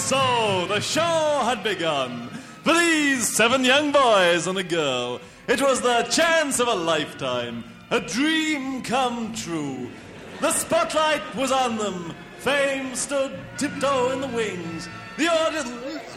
so the show had begun. For these 7 young boys and a girl, it was the chance of a lifetime, a dream come true. The spotlight was on them, fame stood tiptoe in the wings. The audience...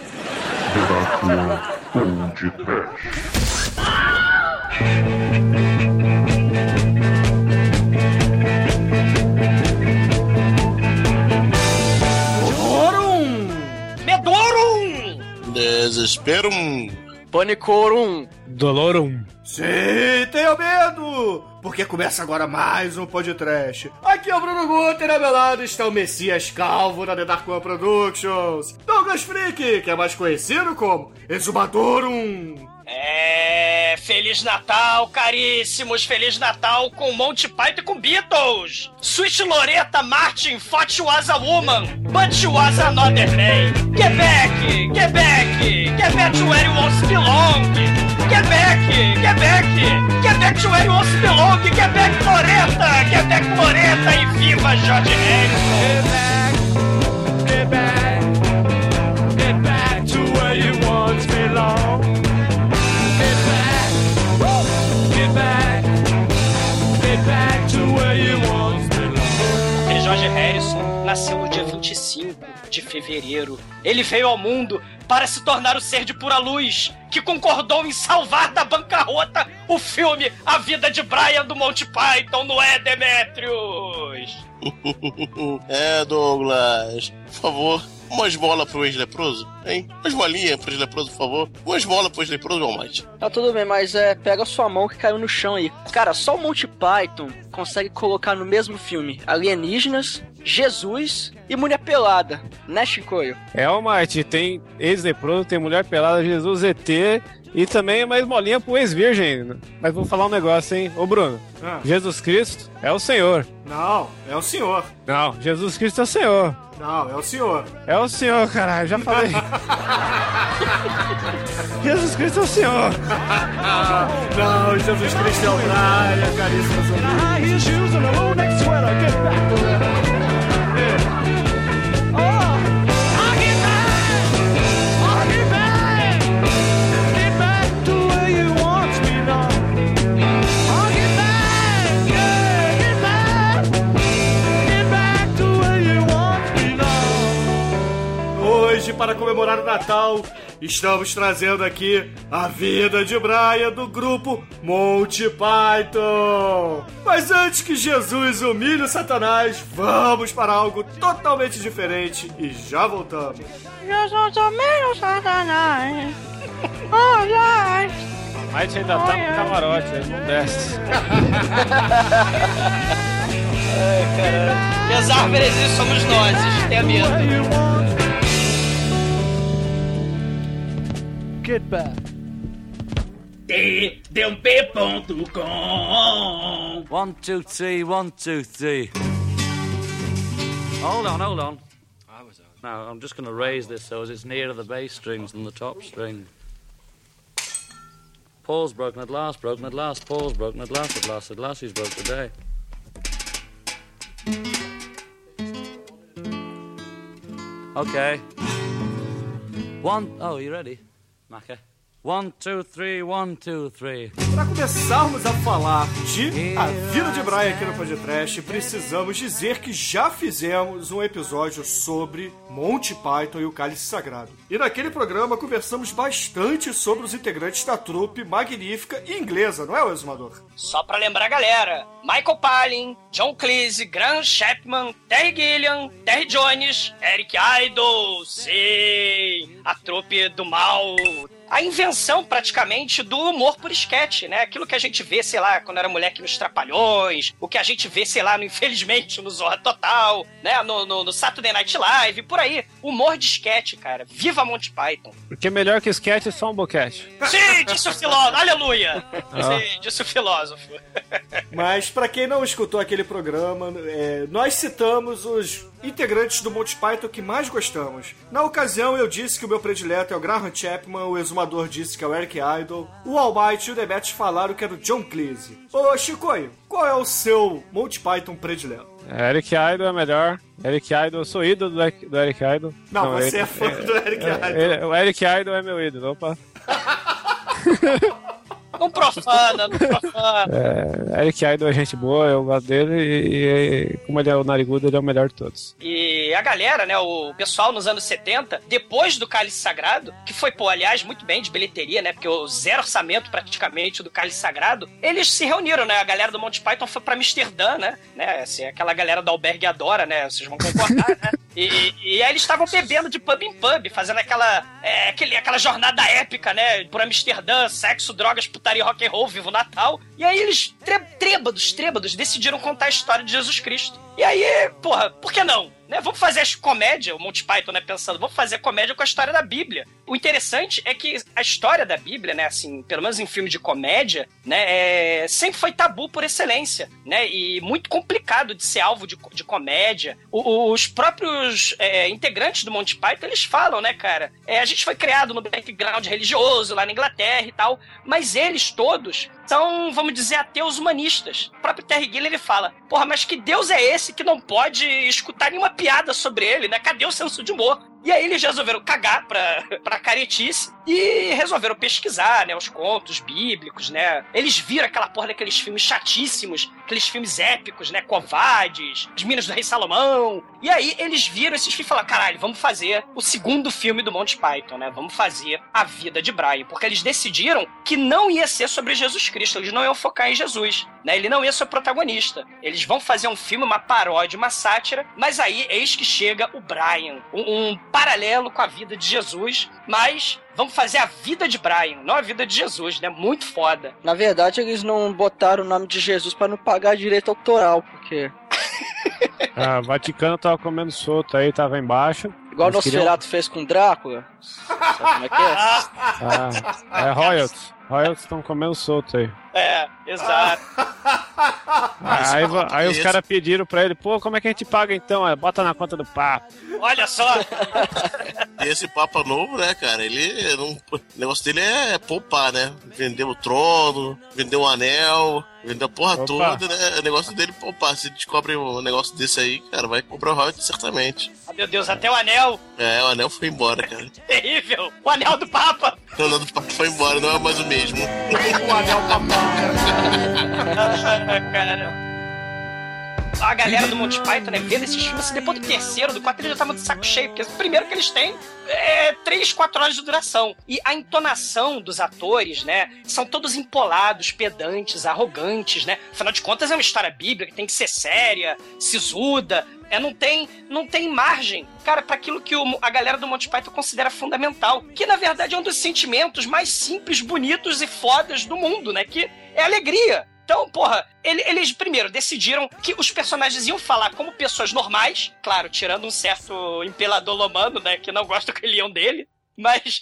Medorum! Desesperum! Panicorum! Dolorum! Sim, tenham medo! Porque começa agora mais um podcast. Aqui é o Bruno Guter, ao meu lado está o Messias Calvo da The Dark One Productions. Douglas Freak, que é mais conhecido como Exumadorum. Feliz Natal, caríssimos! Feliz Natal com Monty Python e com Beatles! Sweet Loretta Martin thought she was a woman, but she was another man. Get back! Get back! Get back to where you once belong! Get back! Get back! Get back to where you once belong! Get back, Loretta! Get back, Loretta! E viva George Harrison! Get back! Get back to where you once belong! Get back! Get back! Get back to where you once belong! E George Harrison nasceu no dia 25 de fevereiro. Ele veio ao mundo para se tornar o ser de pura luz que concordou em salvar da bancarrota o filme A Vida de Brian do Monty Python, não é, Demetrius? Douglas, por favor, uma esmola pro ex-leproso, hein? Uma esmolinha pro ex-leproso, por favor. Uma esmola pro ex-leproso, Almighty. Tá tudo bem, mas pega a sua mão que caiu no chão aí. Cara, só o Monty Python consegue colocar no mesmo filme alienígenas, Jesus e mulher pelada, né, Chicoio? Almighty, tem ex-leproso, tem mulher pelada, Jesus, ET e também uma esmolinha pro ex-virgem. Mas vou falar um negócio, hein? Ô, Bruno, Jesus Cristo é o Senhor. Não, é o senhor. Não, Jesus Cristo é o Senhor. Não, é o senhor. É o Senhor, caralho, já falei. Jesus Cristo é o Senhor. Não, Jesus Cristo é o Brian, caríssimos ouvintes. Hoje, para comemorar o Natal, estamos trazendo aqui A Vida de Brian do grupo Monty Python. Mas antes que Jesus humilhe o Satanás, vamos para algo totalmente diferente e já voltamos. Jesus humilha o Satanás. Olha! Mas ainda tá no camarote, ele não desce. Ai, caralho. E as árvores somos nós, tenha medo. Get back! tdump.com 1, 2, 3, 1, 2, 3. Hold on. Now, I'm just going to raise this so as it's nearer the bass strings than the top string. Paul's broken at last, Paul's broken at last he's broke today. Okay. You ready? Macca. 1, 2, 3, 1, 2, 3. Para começarmos a falar de A Vida de Brian aqui no podcast, precisamos dizer que já fizemos um episódio sobre Monty Python e o Cálice Sagrado. E naquele programa conversamos bastante sobre os integrantes da trupe magnífica e inglesa, não é, o Exumador? Só pra lembrar a galera, Michael Palin, John Cleese, Graham Chapman, Terry Gilliam, Terry Jones, Eric Idle, sim, a trupe do mal... A invenção, praticamente, do humor por esquete, né? Aquilo que a gente vê, sei lá, quando era moleque nos Trapalhões, o que a gente vê, sei lá, no Infelizmente, no Zorra Total, né? No Saturday Night Live, por aí. Humor de esquete, cara. Viva Monty Python. Porque melhor que esquete é só um boquete. Sim, disse o filósofo. Aleluia. Sim, disse o filósofo. Mas, pra quem não escutou aquele programa, nós citamos os integrantes do Monty Python que mais gostamos. Na ocasião, eu disse que o meu predileto é o Graham Chapman, o Exumador disse que é o Eric Idle, o Almighty e o Demetrius falaram que era o John Cleese. Ô, Chicoio, qual é o seu Monty Python predileto? Eric Idle é melhor. Eric Idle, eu sou ídolo do Eric Idle. Não, você é fã do Eric Idle. O Eric Idle é meu ídolo, opa. Não profana. Eric Idle é gente boa, eu gosto dele e como ele é o narigudo, ele é o melhor de todos. E a galera, né, o pessoal nos anos 70, depois do Cálice Sagrado, que foi, aliás, muito bem de bilheteria, né, porque o zero orçamento praticamente do Cálice Sagrado, eles se reuniram, né, a galera do Monty Python foi pra Amsterdã, né, assim, aquela galera do Albergue Adora, né, vocês vão concordar, né, e aí eles estavam bebendo de pub em pub, fazendo aquela jornada épica, né, por Amsterdã, sexo, drogas, putaria, rock and roll, vivo Natal, e aí eles, trêbados, decidiram contar a história de Jesus Cristo. E aí, porra, por que não? Né? Vamos fazer as comédias, o Monty Python, né, pensando, vamos fazer comédia com a história da Bíblia. O interessante é que a história da Bíblia, né, assim, pelo menos em filme de comédia, né, sempre foi tabu por excelência, né, e muito complicado de ser alvo de comédia. Os próprios integrantes do Monty Python, eles falam, né, cara, a gente foi criado no background religioso lá na Inglaterra e tal, mas eles todos são, vamos dizer, ateus humanistas. O próprio Terry Gilliam, ele fala, porra, mas que Deus é esse que não pode escutar nenhuma piada sobre ele, né? Cadê o senso de humor? E aí eles resolveram cagar pra caretice e resolveram pesquisar, né, os contos bíblicos, né? Eles viram aquela porra daqueles filmes chatíssimos, aqueles filmes épicos, né? Covades, As Minas do Rei Salomão. E aí eles viram esses filmes e falaram, caralho, vamos fazer o segundo filme do Monty Python, né? Vamos fazer A Vida de Brian. Porque eles decidiram que não ia ser sobre Jesus Cristo, eles não iam focar em Jesus, né? Ele não ia ser o protagonista. Eles vão fazer um filme, uma paródia, uma sátira, mas aí eis que chega o Brian, um paralelo com a vida de Jesus, mas vamos fazer a vida de Brian, não a vida de Jesus, né? Muito foda. Na verdade, eles não botaram o nome de Jesus pra não pagar direito autoral, porque... O Vaticano tava comendo solto aí, tava embaixo. Igual o Nosferatu fez com Drácula. Sabe como é que é? É royalties. Royalties estão comendo solto aí. Exato. Aí os caras pediram pra ele, pô, como é que a gente paga então? Bota na conta do Papa. Olha só. E esse Papa novo, né, cara, o negócio dele é poupar, né? Vender o trono, vender o anel, vender a porra toda, né? O negócio dele é poupar. Se descobre um negócio desse aí, cara, vai comprar o royalties certamente. Meu Deus, até o anel. O anel foi embora, cara. Terrível. O anel do Papa. O anel do Papa foi embora, não é mais o mesmo. O anel papal. Cara. A galera do Monty Python, né, vendo esses filmes, assim, depois do terceiro, do quarto, eles já estavam de saco cheio, porque o primeiro que eles têm é 3, 4 horas de duração. E a entonação dos atores, né, são todos empolados, pedantes, arrogantes, né? Afinal de contas, é uma história bíblica, tem que ser séria, sisuda. Não tem margem, cara, para aquilo que a galera do Monty Python considera fundamental, que na verdade é um dos sentimentos mais simples, bonitos e fodas do mundo, né? Que é a alegria. Então, porra, eles primeiro decidiram que os personagens iam falar como pessoas normais, claro, tirando um certo impelador lomano, né, que não gosta do que dele, mas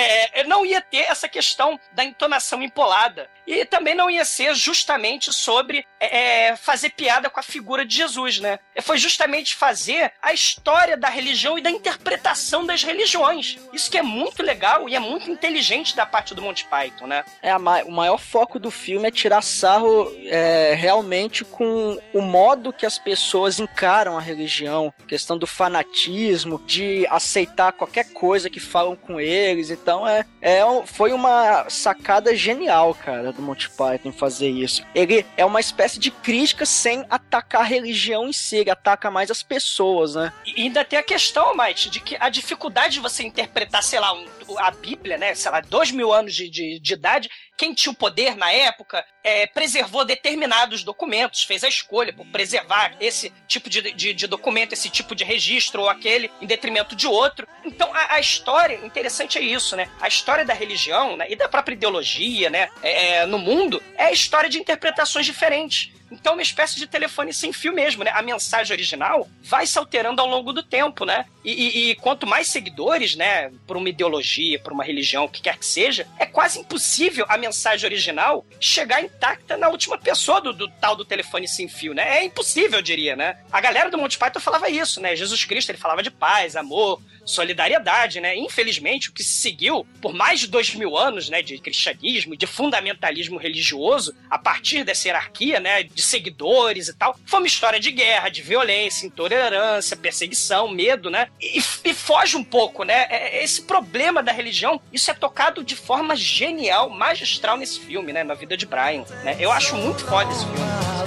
não ia ter essa questão da entonação empolada. E também não ia ser justamente sobre fazer piada com a figura de Jesus, né? Foi justamente fazer a história da religião e da interpretação das religiões. Isso que é muito legal e é muito inteligente da parte do Monty Python, né? O maior foco do filme é tirar sarro realmente com o modo que as pessoas encaram a religião, questão do fanatismo, de aceitar qualquer coisa que falam com eles. Então foi uma sacada genial, cara, do Monty Python fazer isso. Ele é uma espécie de crítica sem atacar a religião em si, ele ataca mais as pessoas, né? E ainda tem a questão, Mike, de que a dificuldade de você interpretar, sei lá, a Bíblia, né, sei lá, 2000 anos de idade, quem tinha o poder na época preservou determinados documentos, fez a escolha por preservar esse tipo de documento, esse tipo de registro ou aquele, em detrimento de outro. Então a história, interessante é isso, né? A história da religião, né, e da própria ideologia, né, no mundo, é a história de interpretações diferentes. Então, uma espécie de telefone sem fio mesmo, né? A mensagem original vai se alterando ao longo do tempo, né? E quanto mais seguidores, né, por uma ideologia, por uma religião, o que quer que seja, é quase impossível a mensagem original chegar intacta na última pessoa do tal do telefone sem fio, né? É impossível, eu diria, né? A galera do Monty Python falava isso, né? Jesus Cristo, ele falava de paz, amor, solidariedade, né? Infelizmente, o que se seguiu por mais de 2000 anos, né, de cristianismo, de fundamentalismo religioso, a partir dessa hierarquia, né, de seguidores e tal, foi uma história de guerra, de violência, intolerância, perseguição, medo, né? E foge um pouco, né? Esse problema da religião, isso é tocado de forma genial, magistral nesse filme, né? Na vida de Brian, né? Eu acho muito foda esse filme.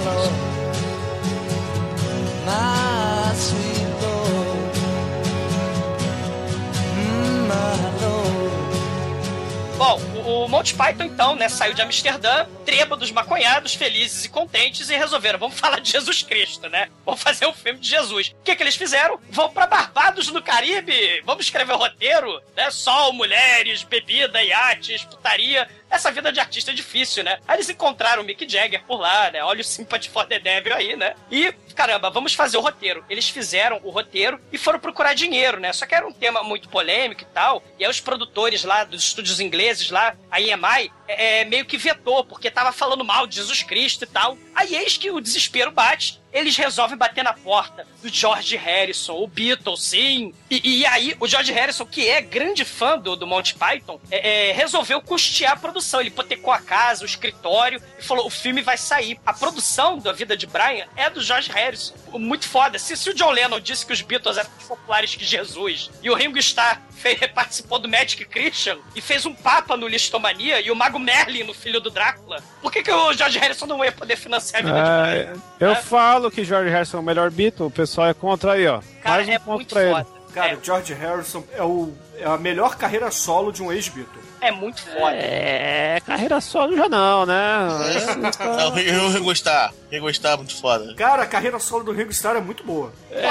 Bom, o Monty Python, então, né, saiu de Amsterdã, trêbados, maconhados, felizes e contentes, e resolveram, vamos falar de Jesus Cristo, né? Vamos fazer um filme de Jesus. O que eles fizeram? Vão pra Barbados, no Caribe, vamos escrever o roteiro, né? Sol, mulheres, bebida, iates, putaria. Essa vida de artista é difícil, né? Aí eles encontraram o Mick Jagger por lá, né? Olha o Sympathy for the Devil aí, né? E, caramba, vamos fazer o roteiro. Eles fizeram o roteiro e foram procurar dinheiro, né? Só que era um tema muito polêmico e tal. E aí os produtores lá dos estúdios ingleses lá, a EMI, meio que vetou, porque tava falando mal de Jesus Cristo e tal. Aí eis que o desespero bate, eles resolvem bater na porta do George Harrison, o Beatles, sim. E aí o George Harrison, que é grande fã do Monty Python, resolveu custear a produção. Ele hipotecou a casa, o escritório, e falou, o filme vai sair. A produção da vida de Brian é do George Harrison. Muito foda. Se o John Lennon disse que os Beatles eram mais populares que Jesus, e o Ringo Starr participou do Magic Christian e fez um papa no Listomania e o Mago Merlin no Filho do Drácula, por que o George Harrison não ia poder financiar a vida de Brian? Eu falo que George Harrison é o melhor Beatle, o pessoal é contra aí, ó. Cara, Mais um ponto muito pra ele. foda. Cara, George Harrison é a melhor carreira solo de um ex-Beatle. É muito foda. Carreira solo já não, né? Não, o Ringo Starr é muito foda. Cara, a carreira solo do Ringo Starr é muito boa.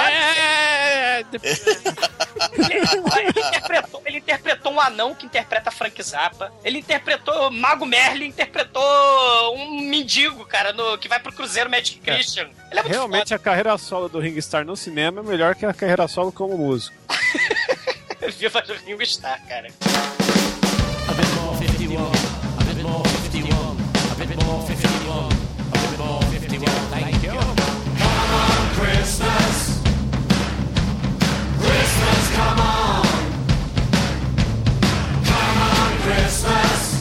Ele interpretou um anão que interpreta Frank Zappa. Ele interpretou Mago Merlin, interpretou um mendigo, cara, que vai pro Cruzeiro Magic Christian. Ele é muito Realmente foda. a carreira solo do Ringo Starr no cinema é melhor que a carreira solo como músico. Viva o Ringo Starr, cara. A bit more 51, a bit more 51, a bit more 51, a bit more 51, thank you. Come on, Christmas, Christmas, come on. Come on, Christmas,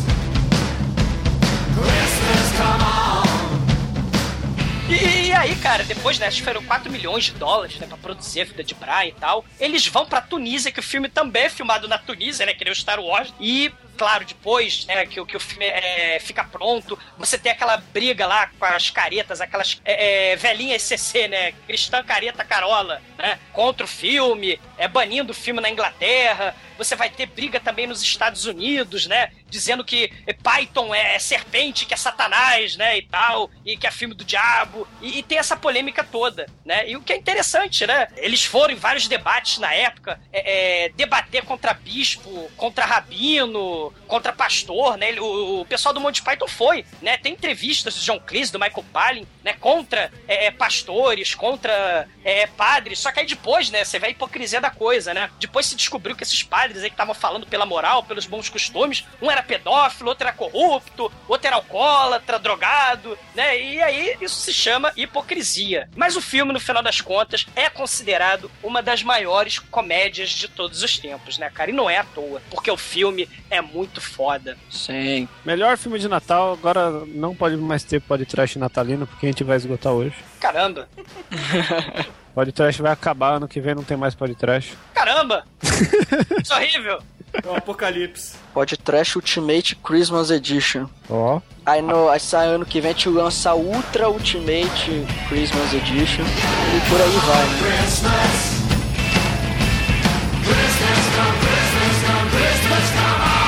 Christmas, come on. E aí, cara, depois, né, acho que foram $4 milhões, né, pra produzir a vida de Brian e tal, eles vão pra Tunísia, que o filme também é filmado na Tunísia, né, que nem o Star Wars, e claro, depois, né, que o filme fica pronto, você tem aquela briga lá com as caretas, aquelas velhinhas CC, né, Cristã Careta Carola, né, contra o filme, banindo o filme na Inglaterra. Você vai ter briga também nos Estados Unidos, né, dizendo que Python é serpente, que é Satanás, né, e tal, e que é filme do diabo, e tem essa polêmica toda, né, e o que é interessante, né, eles foram em vários debates na época, debater contra bispo, contra rabino, contra pastor, né, o pessoal do Monty Python foi, né, tem entrevistas do John Cleese, do Michael Palin, né, contra pastores, contra padres, só que aí depois, né, você vê a hipocrisia da coisa, né, depois se descobriu que esses padres aí que estavam falando pela moral, pelos bons costumes, um era pedófilo, outro era corrupto, outro era alcoólatra, drogado, né, e aí isso se chama hipocrisia. Mas o filme, no final das contas, é considerado uma das maiores comédias de todos os tempos, né, cara, e não é à toa, porque o filme é muito foda. Sim. Melhor filme de Natal, agora não pode mais ter podcast natalino, porque a gente vai esgotar hoje. Caramba! Podcast vai acabar, ano que vem não tem mais podcast. Caramba! Isso é horrível! É um apocalipse. Podcast Ultimate Christmas Edition. Ó. Aí sai ano que vem a gente lança Ultra Ultimate Christmas Edition e por aí vai, né? Christmas, Christmas, come Christmas, come Christmas, come on.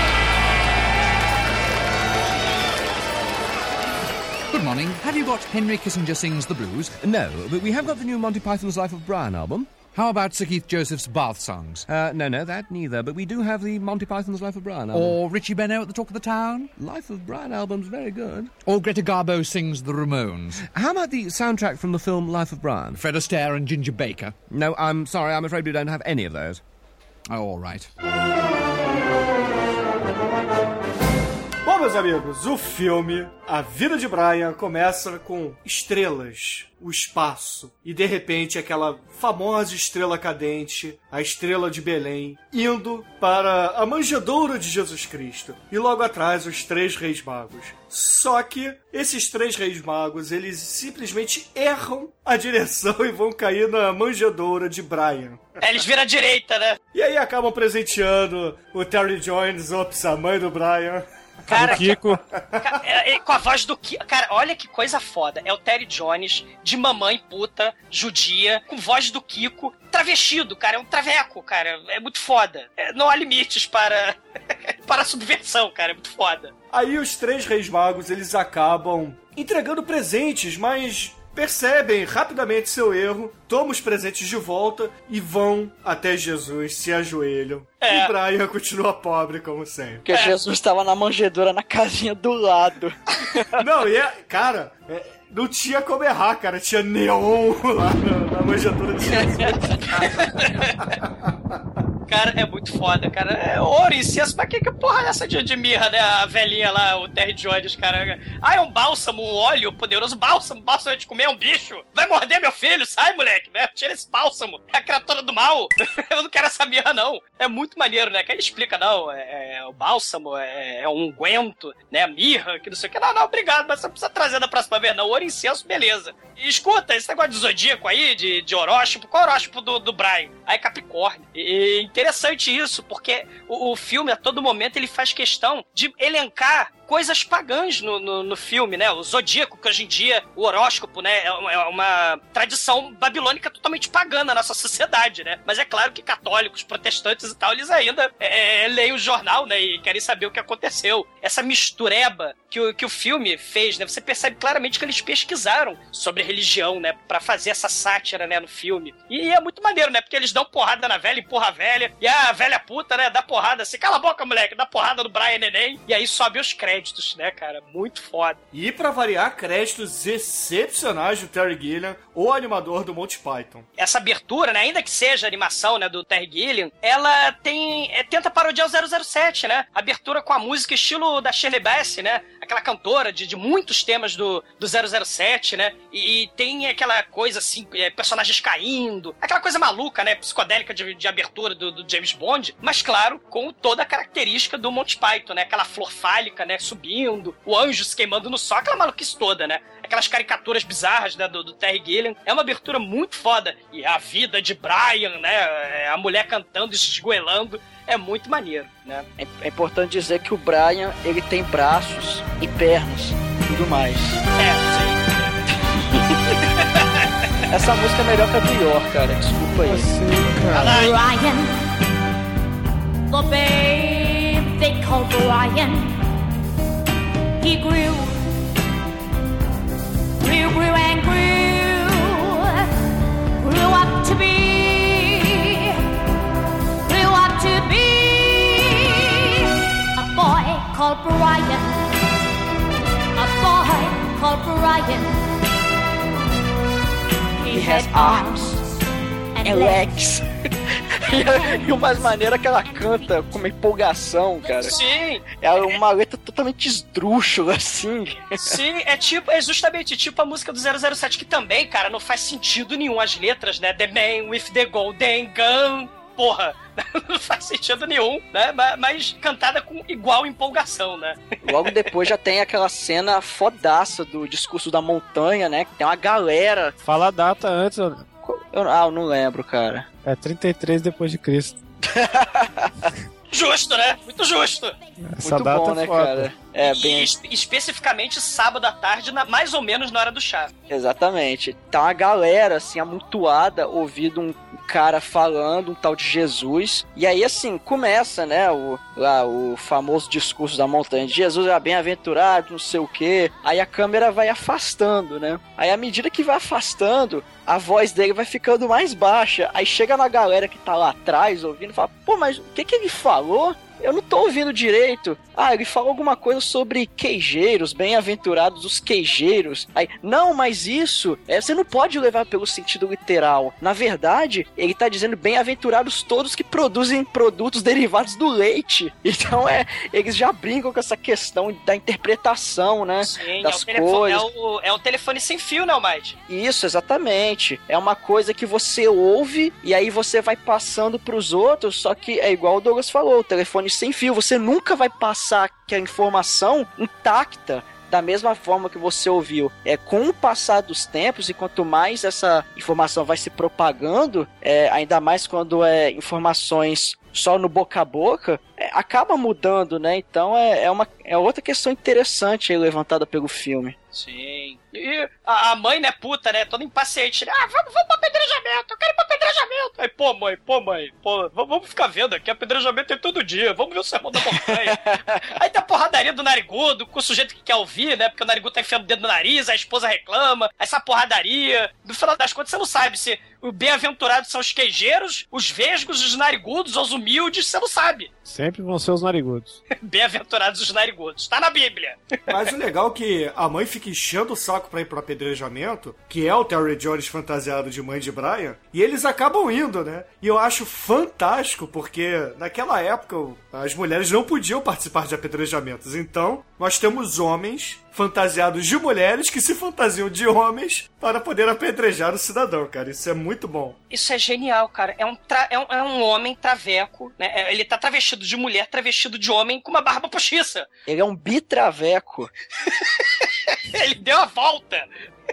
Good morning. Have you got Henry Kissinger Sings the Blues? No, but we have got the new Monty Python's Life of Brian album. How about Sir Keith Joseph's Bath Songs? No, that neither, but we do have the Monty Python's Life of Brian album. Or Richie Benno at the Talk of the Town? Life of Brian album's very good. Or Greta Garbo Sings the Ramones. How about the soundtrack from the film Life of Brian? Fred Astaire and Ginger Baker? No, I'm sorry, I'm afraid we don't have any of those. Oh, all right. Bom, meus meus amigos, o filme A Vida de Brian começa com estrelas, o espaço, e de repente aquela famosa estrela cadente, a estrela de Belém, indo para a manjedoura de Jesus Cristo. E logo atrás os 3 reis magos. Só que esses 3 reis magos, eles simplesmente erram a direção e vão cair na manjedoura de Brian. Eles viram à direita, né? E aí acabam presenteando o Terry Jones, ops, a mãe do Brian. Cara, O Kiko. com a voz do Kiko. Cara, olha que coisa foda. É o Terry Jones, de mamãe puta, judia, com voz do Kiko, travestido, cara. É um traveco, cara. É muito foda. Não há limites para a subversão, cara. É muito foda. Aí os 3 reis magos, eles acabam entregando presentes, mas percebem rapidamente seu erro, tomam os presentes de volta e vão até Jesus, se ajoelham. E Brian continua pobre, como sempre. Porque Jesus estava na manjedoura na casinha do lado. Não, cara, não tinha como errar, cara. Tinha neon lá na manjedoura de Jesus. Cara, é muito foda, cara. É ouro, incenso, mas que porra é essa de mirra, né? A velhinha lá, o Terry Jones, cara. Ah, é um bálsamo, um óleo poderoso. Bálsamo de comer, é um bicho. Vai morder meu filho, sai, moleque, né? Tira esse bálsamo. É a criatura do mal. Eu não quero essa mirra, não. É muito maneiro, né? Que ele explica, não, o bálsamo é um unguento, né? A mirra, que não sei o que. Não, obrigado, mas você não precisa trazer da próxima vez, não. Ouro e incenso, beleza. E escuta, esse negócio de zodíaco aí, de horóscopo, qual é o horóscopo do Brian? Aí Capricórnio. E interessante isso, porque o filme, a todo momento, ele faz questão de elencar coisas pagãs no filme, né? O zodíaco, que hoje em dia, o horóscopo, né? É uma tradição babilônica totalmente pagã na nossa sociedade, né? Mas é claro que católicos, protestantes e tal, eles ainda leem o jornal, né? E querem saber o que aconteceu. Essa mistureba que o filme fez, né? Você percebe claramente que eles pesquisaram sobre religião, né? Pra fazer essa sátira, né? No filme. E é muito maneiro, né? Porque eles dão porrada na velha, empurra a velha. E a velha puta, né? Dá porrada assim. Cala a boca, moleque. Dá porrada no Brian Neném. E aí sobe os créditos, né, cara? Muito foda. E pra variar, créditos excepcionais do Terry Gilliam, o animador do Monty Python. Essa abertura, né? Ainda que seja animação, né? Do Terry Gilliam, ela tenta parodiar o 007, né? Abertura com a música estilo da Shirley Bassey, né? Aquela cantora de muitos temas do 007, né? E tem aquela coisa assim, personagens caindo, aquela coisa maluca, né? Psicodélica de abertura do James Bond, mas claro, com toda a característica do Monty Python, né? Aquela flor fálica, né? Subindo, o anjo se queimando no sol, aquela maluquice toda, né? Aquelas caricaturas bizarras, né? Do Terry Gilliam. É uma abertura muito foda. E a vida de Brian, né? A mulher cantando e se esgoelando. É muito maneiro, né? É importante dizer que o Brian, ele tem braços e pernas e tudo mais. Sim. Essa música é melhor que a do York, cara. Desculpa aí. Brian, the babe they call Brian. He grew and grew up to be a boy called Brian. A boy called Brian. He has arms and legs. E o mais maneiro é que ela canta com uma empolgação, cara. Sim. É uma letra totalmente esdrúxula, assim. Sim, é justamente tipo a música do 007, que também, cara, não faz sentido nenhum as letras, né? The Man with the Golden Gun. Porra, não faz sentido nenhum, né? Mas cantada com igual empolgação, né? Logo depois já tem aquela cena fodaça do discurso da montanha, né? Que tem uma galera. Fala a data antes. Eu não lembro, cara. É 33 depois de Cristo. Justo, né? Muito justo. Essa muito data bom, é né, foda. cara? É, bem... Especificamente sábado à tarde, mais ou menos na hora do chá. Exatamente. Tá uma galera, assim, amontoada, ouvindo um cara falando, um tal de Jesus. E aí, assim, começa, né, o famoso discurso da montanha. Jesus é bem-aventurado, não sei o quê. Aí a câmera vai afastando, né? Aí, à medida que vai afastando, a voz dele vai ficando mais baixa. Aí chega na galera que tá lá atrás, ouvindo, e fala, pô, mas o que ele falou? eu não tô ouvindo direito. Ah, ele falou alguma coisa sobre queijeiros, bem-aventurados os queijeiros. Aí, não, mas isso, você não pode levar pelo sentido literal. Na verdade, ele tá dizendo bem-aventurados todos que produzem produtos derivados do leite. Então, eles já brincam com essa questão da interpretação, né? Sim, das coisas. É o telefone sem fio, né, Almighty? Isso, exatamente. É uma coisa que você ouve e aí você vai passando pros outros, só que é igual o Douglas falou, o telefone sem fio. Você nunca vai passar que a informação intacta da mesma forma que você ouviu. Com o passar dos tempos, e quanto mais essa informação vai se propagando, ainda mais quando informações só no boca a boca, acaba mudando, né? Então é outra questão interessante aí levantada pelo filme. Sim. E a mãe, né, puta, né, toda impaciente, né? Vamos pro apedrejamento, eu quero ir pro apedrejamento. Aí, pô, vamos ficar vendo aqui, apedrejamento tem todo dia, vamos ver o sermão da montanha. Aí tem a porradaria do narigudo, com o sujeito que quer ouvir, né, porque o narigudo tá enfiando o dedo no nariz, a esposa reclama, essa porradaria. No final das contas, você não sabe se os bem-aventurados são os queijeiros, os vesgos, os narigudos, os humildes, você não sabe. Sempre vão ser os narigudos. Bem-aventurados os narigudos, tá na Bíblia. Mas o legal é que a mãe fica enchendo o saco pra ir pro apedrejamento, que é o Terry Jones fantasiado de mãe de Brian, e eles acabam indo, né? E eu acho fantástico, porque naquela época as mulheres não podiam participar de apedrejamentos. Então, nós temos homens fantasiados de mulheres que se fantasiam de homens para poder apedrejar o cidadão, cara. Isso é muito bom. Isso é genial, cara. É um homem traveco, né? Ele tá travestido de mulher, travestido de homem, com uma barba postiça. Ele é um bitraveco. Ele deu a volta.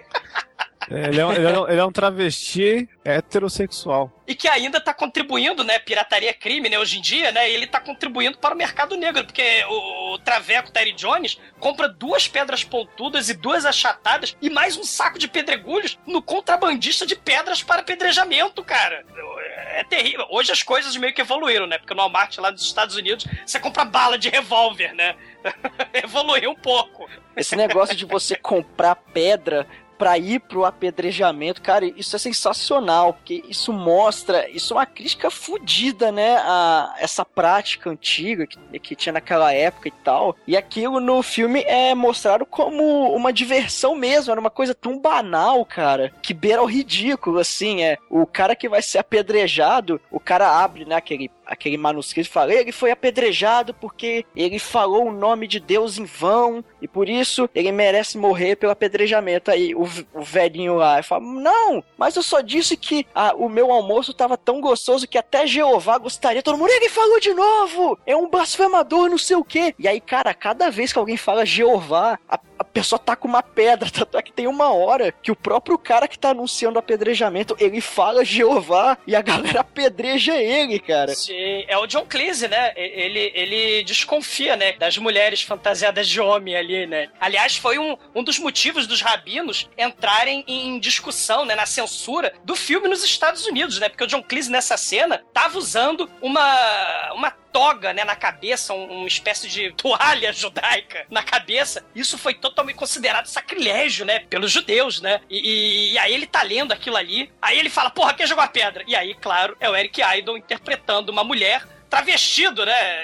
Ele é um travesti heterossexual. E que ainda tá contribuindo, né? Pirataria é crime, né? Hoje em dia, né? Ele tá contribuindo para o mercado negro, porque o traveco Terry Jones compra 2 pedras pontudas e 2 achatadas e mais um saco de pedregulhos no contrabandista de pedras para apedrejamento, cara. É terrível. Hoje as coisas meio que evoluíram, né? Porque no Walmart lá nos Estados Unidos você compra bala de revólver, né? Evoluiu um pouco. Esse negócio de você comprar pedra pra ir pro apedrejamento, cara, isso é sensacional, porque isso é uma crítica fodida, né, a essa prática antiga que tinha naquela época e tal, e aquilo no filme é mostrado como uma diversão mesmo, era uma coisa tão banal, cara, que beira o ridículo, assim, o cara que vai ser apedrejado, o cara abre, né, aquele manuscrito e fala, ele foi apedrejado porque ele falou o nome de Deus em vão, e por isso ele merece morrer pelo apedrejamento. Aí o velhinho lá fala, não, mas eu só disse que o meu almoço tava tão gostoso que até Jeová gostaria. Todo mundo, ele falou de novo, é um blasfemador, não sei o quê. E aí, cara, cada vez que alguém fala Jeová, a pessoa tá com uma pedra, tanto é que tem uma hora que o próprio cara que tá anunciando o apedrejamento, ele fala Jeová e a galera apedreja ele, cara. Sim, é o John Cleese, né? Ele desconfia, né, das mulheres fantasiadas de homem ali, né? Aliás, foi um dos motivos dos rabinos entrarem em discussão, né, na censura do filme nos Estados Unidos, né? Porque o John Cleese nessa cena tava usando uma toga, né, na cabeça, uma espécie de toalha judaica na cabeça. Isso foi totalmente considerado sacrilégio, né, pelos judeus, né? E aí ele tá lendo aquilo ali, aí ele fala, porra, quem jogou a pedra? E aí, claro, é o Eric Idle interpretando uma mulher travestido, né,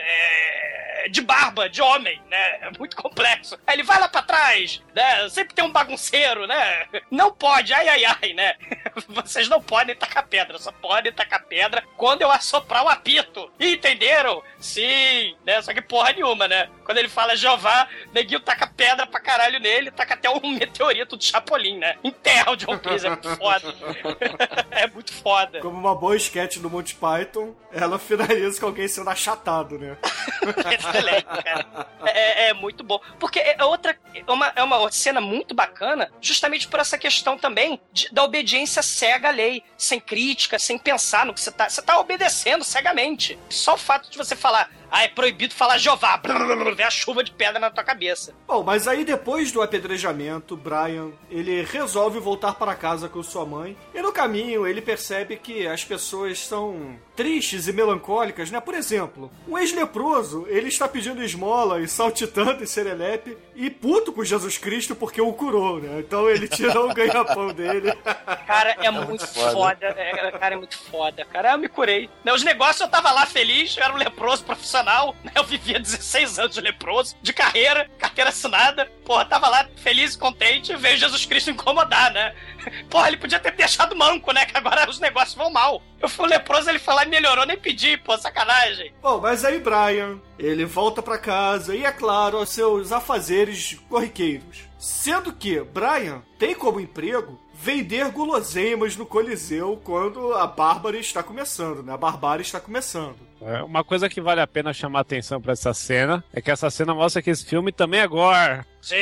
de barba, de homem, né, é muito complexo. Aí ele vai lá pra trás, né, sempre tem um bagunceiro, né, não pode, ai, né, vocês não podem tacar pedra, só podem tacar pedra quando eu assoprar o apito, entenderam? Sim, né, só que porra nenhuma, né, quando ele fala Jeová, neguinho taca pedra pra caralho nele, taca até um meteorito do Chapolin, né, enterra o John Cleese, é muito foda. É muito foda. Como uma boa sketch do Monty Python, ela finaliza com alguém sendo achatado, né? Excelente, cara. É muito bom. Porque é uma cena muito bacana, justamente por essa questão também da obediência cega à lei, sem crítica, sem pensar no que você tá obedecendo cegamente. Só o fato de você falar, é proibido falar Jeová, vem a chuva de pedra na tua cabeça. Bom, mas aí depois do apedrejamento, Brian, ele resolve voltar para casa com sua mãe, e no caminho ele percebe que as pessoas são tristes e melancólicas, né? Por exemplo, um ex-leproso, ele está pedindo esmola e saltitando em serelepe e puto com Jesus Cristo porque o curou, né? Então ele tirou o ganha-pão dele. Cara, é muito foda. Cara, é muito foda. Cara, eu me curei. Os negócios eu tava lá feliz, eu era um leproso profissional profissional, né? Eu vivia 16 anos de leproso, de carreira assinada, porra, tava lá feliz e contente e veio Jesus Cristo incomodar, né? Porra, ele podia ter me deixado manco, né? Que agora os negócios vão mal. Eu fui leproso, ele foi lá e melhorou, nem pedi, pô, sacanagem. Bom, mas aí Brian, ele volta pra casa e, é claro, aos seus afazeres corriqueiros. Sendo que Brian tem como emprego vender guloseimas no Coliseu quando a Bárbara está começando, né? A barbárie está começando. Uma coisa que vale a pena chamar a atenção pra essa cena é que essa cena mostra que esse filme também é gore. Sim!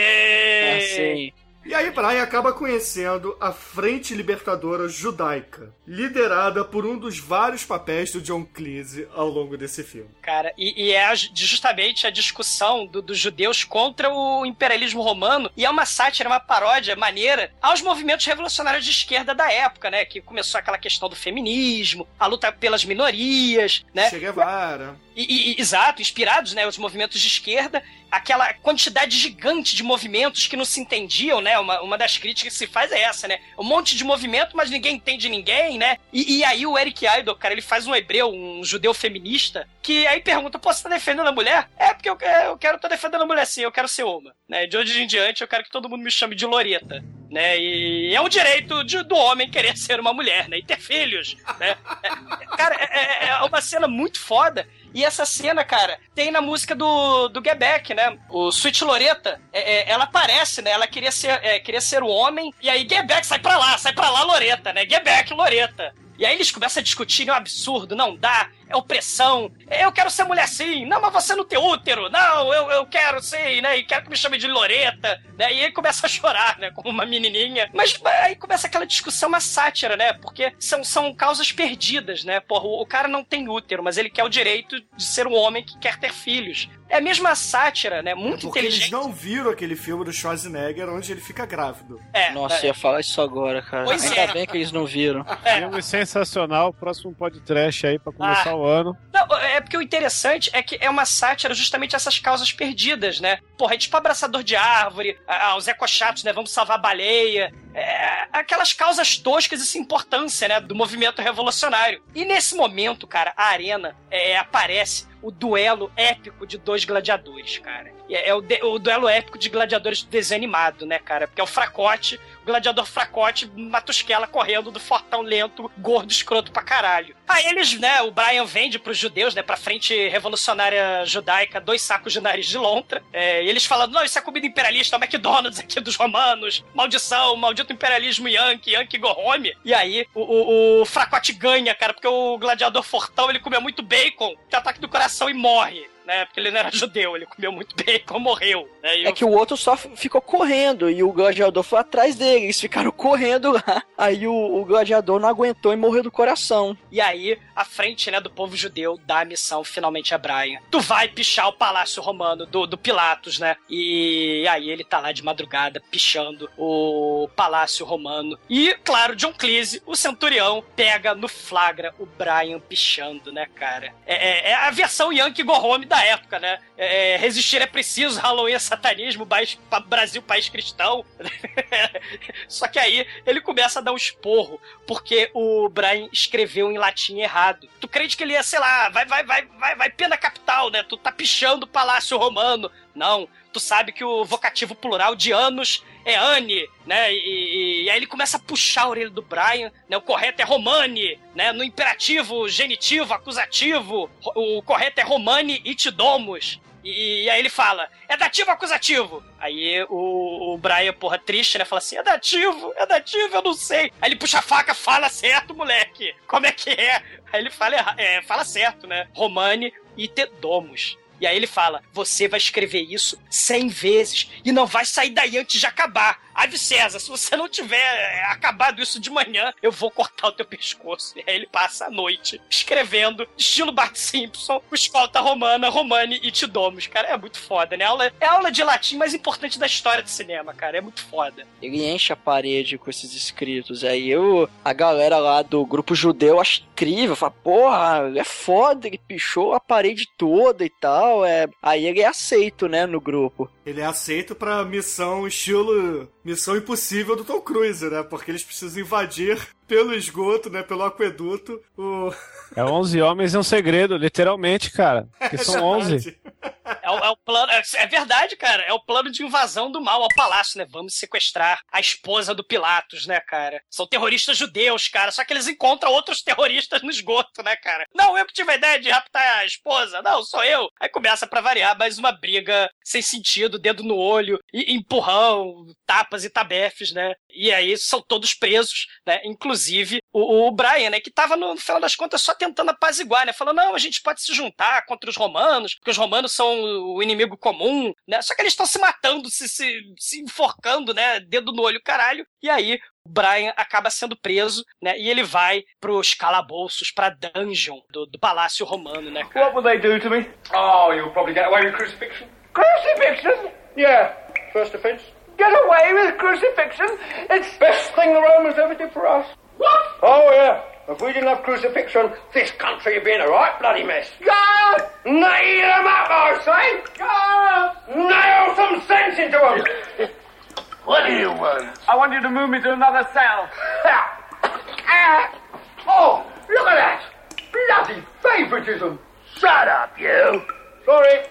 Sim. E aí Brian acaba conhecendo a Frente Libertadora Judaica, liderada por um dos vários papéis do John Cleese ao longo desse filme. Cara, e é justamente a discussão dos judeus contra o imperialismo romano, e é uma sátira, uma paródia maneira aos movimentos revolucionários de esquerda da época, né? Que começou aquela questão do feminismo, a luta pelas minorias, né? Che Guevara. Exato, inspirados, né, os movimentos de esquerda, aquela quantidade gigante de movimentos que não se entendiam, né, uma das críticas que se faz é essa, né, um monte de movimento, mas ninguém entende ninguém, né, e aí o Eric Idle, cara, ele faz um hebreu, um judeu feminista, que aí pergunta, pô, você tá defendendo a mulher? É, porque tô defendendo a mulher sim, eu quero ser uma, né, de hoje em diante eu quero que todo mundo me chame de Loreta, né, e é um direito do homem querer ser uma mulher, né, e ter filhos, né, cara, é uma cena muito foda. E essa cena, cara, tem na música do Get Back, né? O Sweet Loreta, ela aparece, né? Ela queria ser o homem, e aí Get Back, sai pra lá, Loreta, né? Get Back, Loreta. E aí eles começam a discutir, é um absurdo, não dá, é opressão, eu quero ser mulher sim, não, mas você não tem útero, não, eu quero ser, né, e quero que me chame de Loreta, né, e ele começa a chorar, né, como uma menininha, mas aí começa aquela discussão, uma sátira, né, porque são causas perdidas, né, porra, o cara não tem útero, mas ele quer o direito de ser um homem que quer ter filhos. É a mesma sátira, né, muito porque inteligente. Eles não viram aquele filme do Schwarzenegger onde ele fica grávido. Nossa, eu ia falar isso agora, cara. Pois Ainda bem que eles não viram. Filme sensacional, próximo podcast aí pra começar o ano. Não, é porque o interessante é que é uma sátira justamente essas causas perdidas, né? Porra, é tipo Abraçador de Árvore, os ecochatos, né? Vamos salvar a baleia. Aquelas causas toscas e sem importância, né? Do movimento revolucionário. E nesse momento, cara, a arena aparece o duelo épico de dois gladiadores, cara. É o duelo épico de gladiadores do desenho animado, né, cara? Porque é o Fracote, o gladiador Fracote, Matusquela correndo do fortão lento, gordo, escroto pra caralho. Aí eles, né, o Brian vende pros judeus, né, pra Frente Revolucionária Judaica, 2 sacos de nariz de lontra. E eles falando, não, isso é comida imperialista, é o McDonald's aqui dos romanos, maldição, maldito imperialismo Yankee go home. E aí o Fracote ganha, cara, porque o gladiador fortão, ele comeu muito bacon, tem ataque do coração e morre. Né, porque ele não era judeu, ele comeu muito bacon, morreu. Né, que o outro só ficou correndo e o gladiador foi atrás dele, eles ficaram correndo lá. Aí o gladiador não aguentou e morreu do coração. E aí, a frente, né, do povo judeu dá a missão finalmente a Brian. Tu vai pichar o palácio romano do Pilatos, né? E aí ele tá lá de madrugada pichando o palácio romano. E, claro, John Cleese, o centurião, pega no flagra o Brian pichando, né, cara? É a versão Yankee go home da época, né? Resistir é preciso, Halloween é satanismo, Brasil, país cristão. Só que aí ele começa a dar um esporro, porque o Brian escreveu em latim errado. Tu crente que ele ia, sei lá, vai pena capital, né? Tu tá pichando o palácio romano. Não, tu sabe que o vocativo plural de anos é Anne, né? E aí ele começa a puxar a orelha do Brian, né? O correto é Romani, né? No imperativo, genitivo, acusativo, o correto é Romani it domus. E aí ele fala, é dativo ou acusativo? Aí o Brian, porra, triste, né? Fala assim, é dativo, eu não sei. Aí ele puxa a faca, fala certo, moleque. Como é que é? Aí ele fala certo, né? Romani it domus. E aí ele fala, você vai escrever isso 100 vezes e não vai sair daí antes de acabar. Ave César, se você não tiver acabado isso de manhã, eu vou cortar o teu pescoço. E aí ele passa a noite escrevendo, estilo Bart Simpson, o escolta romana, Romani et domus. Cara, é muito foda, né? É a aula de latim mais importante da história do cinema, cara. É muito foda. Ele enche a parede com esses escritos. Aí a galera lá do grupo judeu acha incrível. Fala, porra, é foda, ele pichou a parede toda e tal. Aí ele é aceito, né, no grupo. Ele é aceito pra missão estilo Missão Impossível do Tom Cruise, né? Porque eles precisam invadir pelo esgoto, né? Pelo aqueduto, É 11 homens e um segredo, literalmente, cara. Que são 11. É o plano, é verdade, cara. É o plano de invasão do mal ao palácio, né? Vamos sequestrar a esposa do Pilatos, né, cara? São terroristas judeus, cara. Só que eles encontram outros terroristas no esgoto, né, cara? Não, eu que tive a ideia de raptar a esposa. Não, sou eu. Aí começa pra variar mais uma briga sem sentido, dedo no olho, e empurrão, tapas e tabefes, né? E aí são todos presos, né? Inclusive o Brian, né? Que tava, no final das contas, só tentando apaziguar, né? Falando, não, a gente pode se juntar contra os romanos, porque os romanos são o inimigo comum, né? Só que eles estão se matando, se enforcando, né? Dedo no olho, caralho. E aí o Brian acaba sendo preso, né? E ele vai pros calabouços, pra dungeon do Palácio Romano, né, cara? What will they do to me? Oh, you'll probably get away with crucifixion. Crucifixion? Yeah. First offence. Get away with crucifixion? It's the best thing the Romans ever did for us. What? Oh, yeah. If we didn't have crucifixion, this country would be in a right bloody mess. God! Nail them up, I say! God! Nail some sense into them! What do you want? I want you to move me to another cell. Oh, look at that! Bloody favoritism! Shut up, you! Sorry.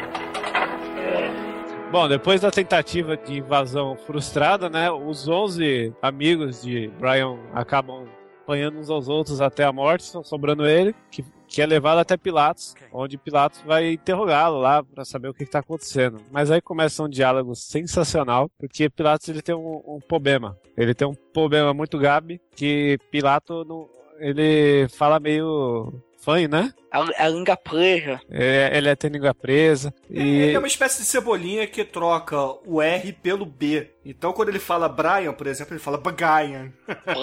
Bom, depois da tentativa de invasão frustrada, né, os 11 amigos de Brian acabam apanhando uns aos outros até a morte, sobrando ele, que é levado até Pilatos, onde Pilatos vai interrogá-lo lá pra saber o que tá acontecendo. Mas aí começa um diálogo sensacional, porque Pilatos ele tem um problema. Ele tem um problema muito grave, que Pilato ele fala meio fanho, né? A língua presa. Ele tem língua presa. Ele é uma espécie de cebolinha que troca o R pelo B. Então, quando ele fala Brian, por exemplo, ele fala Brian.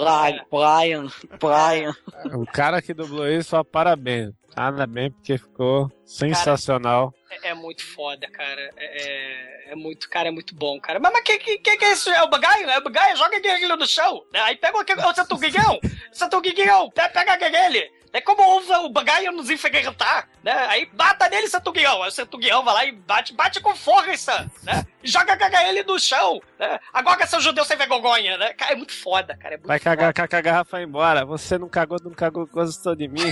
Brian. O cara que dublou isso, só parabéns. Parabéns, porque ficou sensacional. Cara, é muito foda, cara. É muito bom, cara. Mas que é isso? É o Bagaio? É o Bagaio? Joga aquele no chão. Aí pega o Santuguiguinhão. Pega ele. É como o Bagaio nos enferrutar, né? Aí bata nele, Santuguião. Aí o Santuguião vai lá e bate com força, né? E joga ele no chão, né? Agora seu judeu sem vergonha, né? Cara, é muito foda, cara. É muito vai cagar com a garrafa e vai embora. Você não cagou, gostou de mim.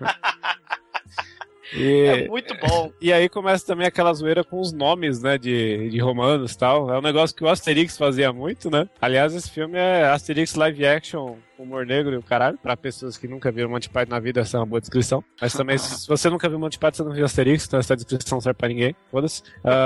É muito bom. E aí começa também aquela zoeira com os nomes, né, de romanos e tal. É um negócio que o Asterix fazia muito, né? Aliás, esse filme é Asterix live action, humor negro e o caralho. Pra pessoas que nunca viram Monty Python na vida, essa é uma boa descrição. Mas também, se você nunca viu Monty Python, você não viu Asterix, então essa descrição não serve pra ninguém. Foda-se.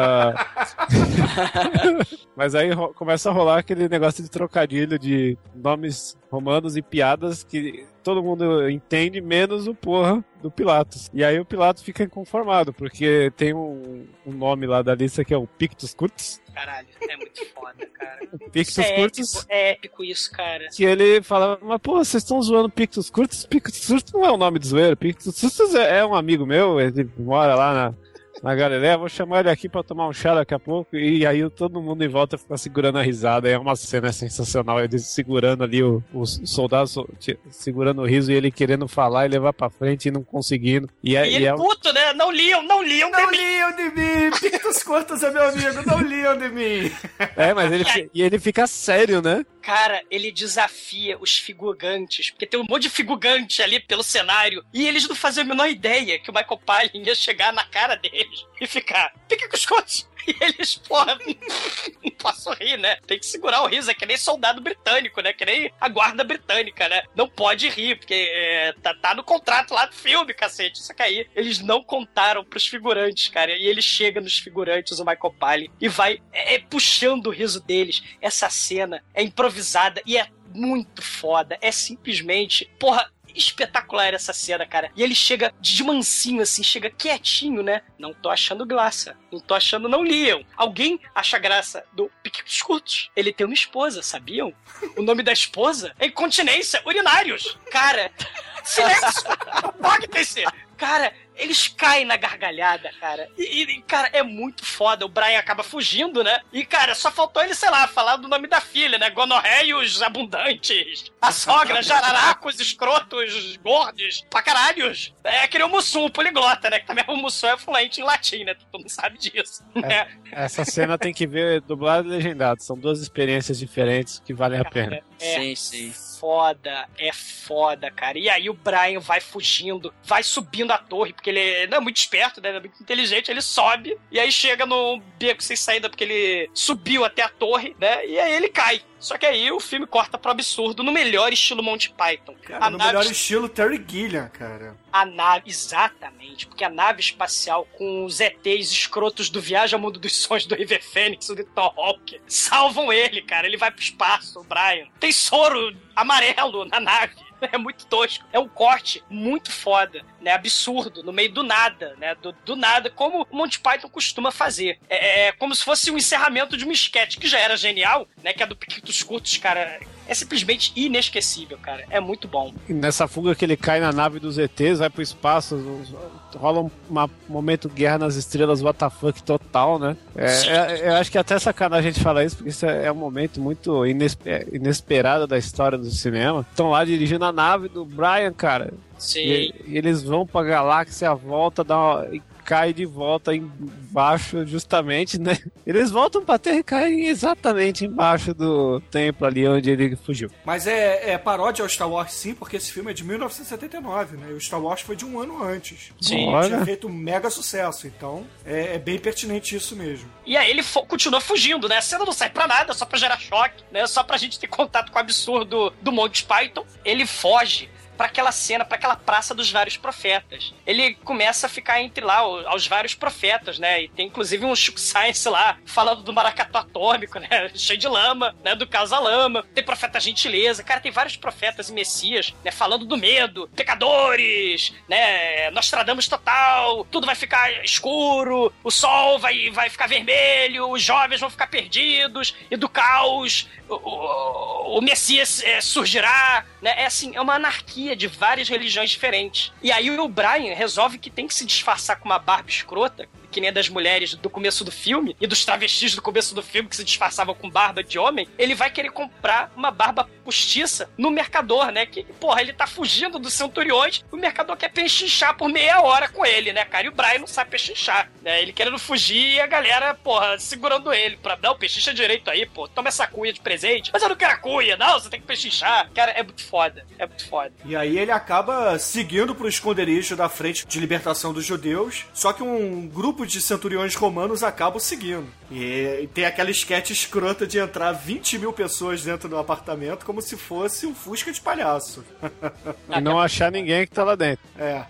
Mas aí começa a rolar aquele negócio de trocadilho de nomes romanos e piadas que todo mundo entende, menos o porra do Pilatos. E aí o Pilatos fica inconformado, porque tem um nome lá da lista que é o Pictus Curtus. Caralho, é muito foda, cara. Pictus Curtus. É épico isso, cara. Que ele fala, mas pô, vocês estão zoando Pictus Curtus? Pictus Curtus não é o nome do zoeiro. Pictus Curtus é um amigo meu, ele mora lá na Galileia, vou chamar ele aqui pra tomar um chá daqui a pouco. E aí todo mundo em volta fica segurando a risada. É uma cena sensacional, ele segurando ali os soldados segurando o riso e ele querendo falar e levar pra frente e não conseguindo. E ele puto, né? Não liam de mim. Pictus Curtus é meu amigo, não liam de mim. Mas ele fica sério, né? Cara, ele desafia os figurantes, porque tem um monte de figurante ali pelo cenário, e eles não faziam a menor ideia que o Michael Palin ia chegar na cara deles e ficar, pique com os contos. E eles, porra, não posso rir, né? Tem que segurar o riso, é que nem soldado britânico, né? Que nem a guarda britânica, né? Não pode rir, porque tá no contrato lá do filme, cacete. Só que aí eles não contaram pros figurantes, cara. E ele chega nos figurantes, o Michael Palin, e vai puxando o riso deles. Essa cena é improvisada e é muito foda. É simplesmente, porra, espetacular essa cena, cara. E ele chega de mansinho, assim, chega quietinho, né? Não tô achando graça. Não tô achando, não liam. Alguém acha graça do Pictus Curtus? Ele tem uma esposa, sabiam? O nome da esposa é Incontinência Urinários. Cara, silêncio! Não pode ter. Cara, eles caem na gargalhada, cara. E cara, é muito foda. O Brian acaba fugindo, né? E, cara, só faltou ele, sei lá, falar do nome da filha, né? Gonorreios abundantes. A sogra, jararacos, escrotos, gordos, pra caralhos. Que nem o Mussum, o poliglota, né? Que também o Mussum é fluente em latim, né? Tu não sabe disso. Né? Essa cena tem que ver dublado e legendado. São duas experiências diferentes que valem a pena. Sim. É foda, cara. E aí o Brian vai fugindo, vai subindo a torre, porque ele não é muito esperto, né? Ele é muito inteligente, ele sobe, e aí chega no beco sem saída, porque ele subiu até a torre, né? E aí ele cai. Só que aí o filme corta pro absurdo, no melhor estilo Monty Python. Cara, no melhor estilo Terry Gilliam, cara. A nave, exatamente, porque a nave espacial com os ETs escrotos do Viagem ao Mundo dos Sonhos do River Phoenix, do Tom Hawk, salvam ele, cara. Ele vai pro espaço, o Brian. Tem soro amarelo na nave. É muito tosco. É um corte muito foda, né? Absurdo, no meio do nada, né? Do nada, como o Monty Python costuma fazer. É como se fosse um encerramento de uma esquete que já era genial, né? Que é do Piquitos Curtos, cara. É simplesmente inesquecível, cara. É muito bom. E nessa fuga que ele cai na nave dos ETs, vai pro espaço, rola um momento Guerra nas Estrelas, WTF total, né? Eu acho que até sacanagem a gente falar isso, porque isso é um momento muito inesperado da história do cinema. Estão lá dirigindo a nave do Brian, cara. Sim. E eles vão pra galáxia, volta, cai de volta embaixo, justamente, né? Eles voltam pra Terra e caem exatamente embaixo do templo ali onde ele fugiu. Mas é paródia ao Star Wars, sim, porque esse filme é de 1979, né? E o Star Wars foi de um ano antes. Sim. Tinha feito um mega sucesso, então é bem pertinente isso mesmo. E aí ele continua fugindo, né? A cena não sai pra nada, só pra gerar choque, né? Só pra gente ter contato com o absurdo do Monty Python. Ele foge pra aquela cena, pra aquela praça dos vários profetas. Ele começa a ficar entre lá, aos vários profetas, né? E tem inclusive um Chico Science lá, falando do maracatu atômico, né? Cheio de lama, né? Do Casa-Lama. Tem profeta gentileza. Cara, tem vários profetas e messias, né? Falando do medo, pecadores, né? Nostradamus total, tudo vai ficar escuro, o sol vai ficar vermelho, os jovens vão ficar perdidos, e do caos o Messias surgirá, né? É assim, é uma anarquia de várias religiões diferentes. E aí o Brian resolve que tem que se disfarçar com uma barba escrota, que nem a das mulheres do começo do filme, e dos travestis do começo do filme que se disfarçavam com barba de homem. Ele vai querer comprar uma barba postiça no mercador, né? Que, porra, ele tá fugindo dos centuriões, o mercador quer pechinchar por meia hora com ele, né, cara? E o Brian não sabe pechinchar, né? Ele querendo fugir e a galera, porra, segurando ele pra... Não, pechincha direito aí, pô. Toma essa cuia de presente. Mas eu não quero a cuia. Não, você tem que pechinchar. Cara, é muito foda. É muito foda. E aí ele acaba seguindo pro esconderijo da Frente de Libertação dos Judeus, só que um grupo de centuriões romanos acabam seguindo. E tem aquela esquete escrota de entrar 20 mil pessoas dentro do apartamento como se fosse um Fusca de palhaço. E não achar ninguém que tá lá dentro. É.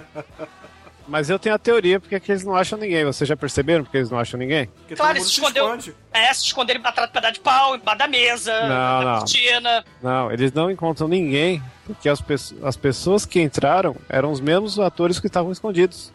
Mas eu tenho a teoria porque é que eles não acham ninguém. Vocês já perceberam porque eles não acham ninguém? Porque claro, todo ele mundo se escondeu. Se esconderam atrás do pedaço de pau, embaixo da mesa, na cortina. Não, eles não encontram ninguém porque as pessoas que entraram eram os mesmos atores que estavam escondidos.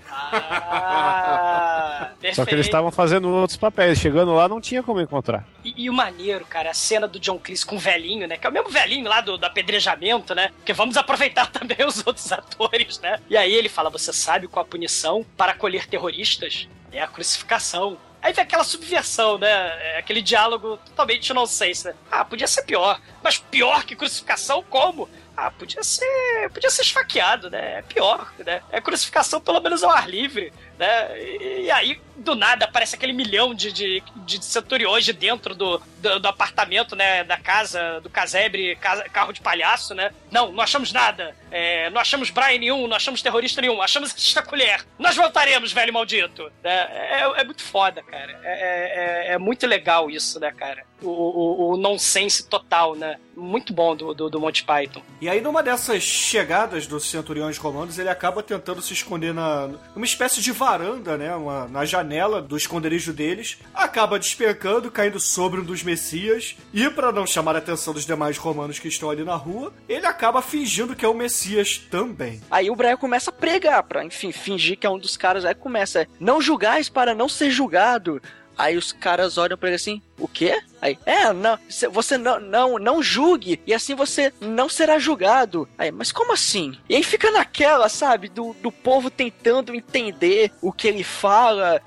Só que eles estavam fazendo outros papéis. Chegando lá, não tinha como encontrar. E o maneiro, cara, a cena do John Cleese com o velhinho, né? Que é o mesmo velhinho lá do apedrejamento, né? Porque vamos aproveitar também os outros atores, né? E aí ele fala, você sabe qual a punição para acolher terroristas? É a crucificação. Aí vem aquela subversão, né? Aquele diálogo totalmente nonsense, né? Ah, podia ser pior. Mas pior que crucificação, como? Ah, podia ser esfaqueado, né? É pior, né? É crucificação pelo menos ao ar livre, né? E aí, do nada, aparece aquele milhão de centuriões de dentro do apartamento, né? Da casa, do casebre, carro de palhaço, né? Não achamos nada. Não achamos Brian nenhum, não achamos terrorista nenhum, achamos esta colher. Nós voltaremos, velho maldito. É muito foda, cara. É muito legal isso, né, cara? O nonsense total, né? Muito bom do Monty Python. E aí, numa dessas chegadas dos centuriões romanos, ele acaba tentando se esconder numa espécie de varanda, né? Na janela do esconderijo deles. Acaba despencando, caindo sobre um dos messias. E, para não chamar a atenção dos demais romanos que estão ali na rua, ele acaba fingindo que é o Messias também. Aí o Brian começa a pregar pra, enfim, fingir que é um dos caras. Aí começa, não julgais para não ser julgado. Aí os caras olham pra ele assim, o quê? Aí, não, você não julgue, e assim você não será julgado. Aí, mas como assim? E aí fica naquela, sabe, do povo tentando entender o que ele fala.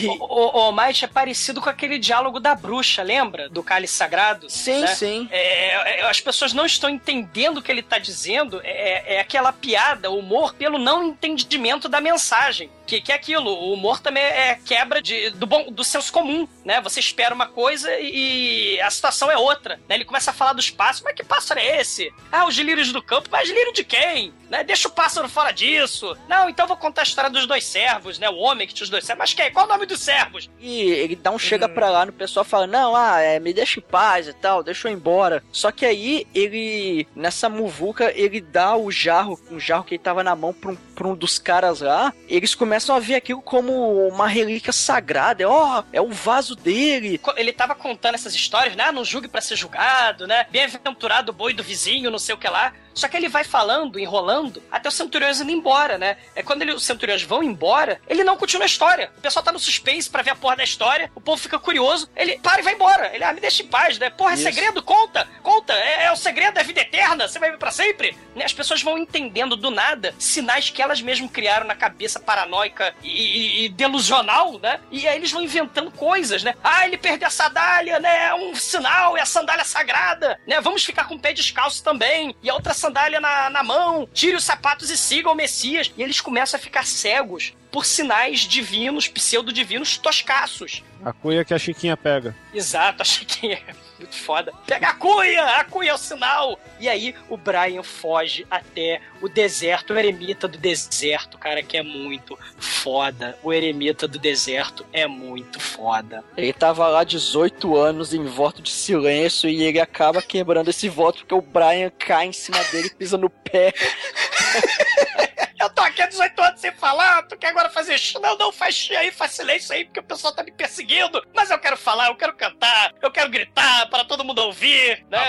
O Might é parecido com aquele diálogo da bruxa, lembra? Do cálice sagrado? Sim, né? sim. As pessoas não estão entendendo o que ele tá dizendo, é aquela piada, o humor, pelo não entendimento da mensagem. Que é aquilo, o humor também é quebra do senso comum, né? Você espera uma coisa e a situação é outra, né? Ele começa a falar dos pássaros, mas que pássaro é esse? Os lírios do campo, mas lírio de quem? Né? Deixa o pássaro fora disso. Não, então vou contar a história dos 2 servos, né? O homem que tinha os 2 servos, mas quem? Qual o nome dos servos? E ele dá um chega pra lá no pessoal, fala, não, me deixa em paz e tal, deixa eu ir embora. Só que aí, ele, nessa muvuca, ele dá um jarro que ele tava na mão pra um dos caras lá, eles começam a ver aquilo como uma relíquia sagrada, é o vaso dele. Ele tava contando essas histórias, né? Não julgue pra ser julgado, né? Bem-aventurado o boi do vizinho, não sei o que lá. Só que ele vai falando, enrolando, até os centuriões indo embora, né? Quando os centuriões vão embora, ele não continua a história. O pessoal tá no suspense pra ver a porra da história, o povo fica curioso, ele para e vai embora. Ele, me deixa em paz, né? Porra, é segredo? Conta! É o segredo, é a vida eterna, você vai ver pra sempre? Né? As pessoas vão entendendo do nada sinais que elas mesmas criaram na cabeça paranoica e delusional, né? E aí eles vão inventando coisas, né? Ele perdeu a sandália, né? É um sinal, é a sandália sagrada, né? Vamos ficar com o pé descalço também. E a outra sandália na mão, tire os sapatos e siga o Messias. E eles começam a ficar cegos por sinais divinos, pseudo-divinos toscaços. A cuia que a Chiquinha pega. Exato, a Chiquinha é muito foda. Pega a cuia é o sinal. E aí o Brian foge até o deserto, o eremita do deserto, cara, que é muito foda. O eremita do deserto é muito foda. Ele tava lá 18 anos em voto de silêncio e ele acaba quebrando esse voto porque o Brian cai em cima dele e pisa no pé. Eu tô aqui há 18 anos sem falar, tu quer agora fazer não faz aí, faz silêncio aí, porque o pessoal tá me perseguindo, mas eu quero falar, eu quero cantar, eu quero gritar para todo mundo ouvir, né?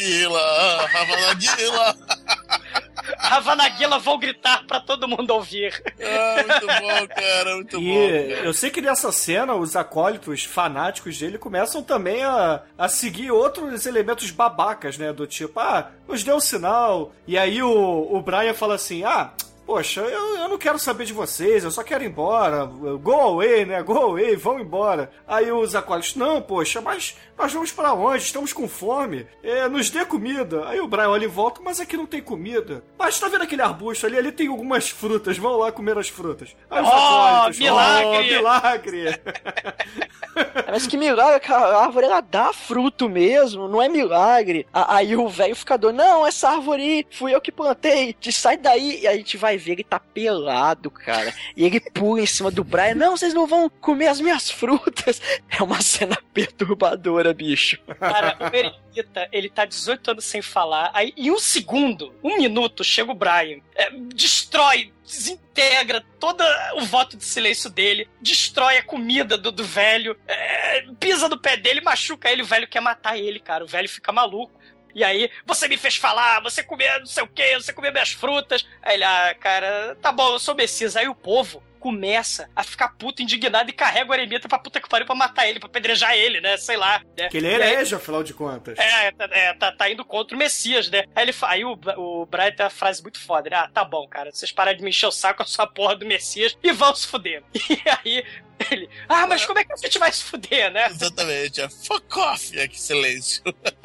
Ravanaguila, vou gritar pra todo mundo ouvir. Muito bom, cara, muito bom. Eu sei que nessa cena, os acólitos fanáticos dele começam também a seguir outros elementos babacas, né? Do tipo, nos deu um sinal. E aí o Brian fala assim, poxa, eu não quero saber de vocês, eu só quero ir embora. Go away, né? Go away, vão embora. Aí os acólitos, não, poxa, mas nós vamos pra onde? Estamos com fome. Nos dê comida. Aí o Brian olha e volta, mas aqui não tem comida. Mas tá vendo aquele arbusto ali? Ali tem algumas frutas, vão lá comer as frutas. Aí os acólitos, milagre! Mas que milagre, cara, a árvore ela dá fruto mesmo, não é milagre. Aí o velho fica doido, não, essa árvore aí, fui eu que plantei, sai daí. E a gente vai ver, ele tá pelado, cara. E ele pula em cima do Brian, não, vocês não vão comer as minhas frutas. É uma cena perturbadora, bicho. Cara, o eremita, ele tá 18 anos sem falar, aí em um minuto, chega o Brian, destrói, desintegra todo o voto de silêncio dele, destrói a comida do velho, pisa no pé dele, machuca ele, o velho quer matar ele, cara, o velho fica maluco. E aí, você me fez falar, você comeu não sei o que, você comeu minhas frutas. Aí ele, cara, tá bom, eu sou Messias. Aí o povo começa a ficar puto, indignado e carrega o eremita pra puta que pariu pra matar ele, pra apedrejar ele, né? Sei lá. Né? Que ele é herege, afinal de contas. Tá indo contra o Messias, né? Aí o Brian tem uma frase muito foda, né? Tá bom, cara, vocês pararam de me encher o saco com a sua porra do Messias e vão se fuder. E aí ele, mas como é que a gente vai se fuder, né? Exatamente, fuck off, que silêncio.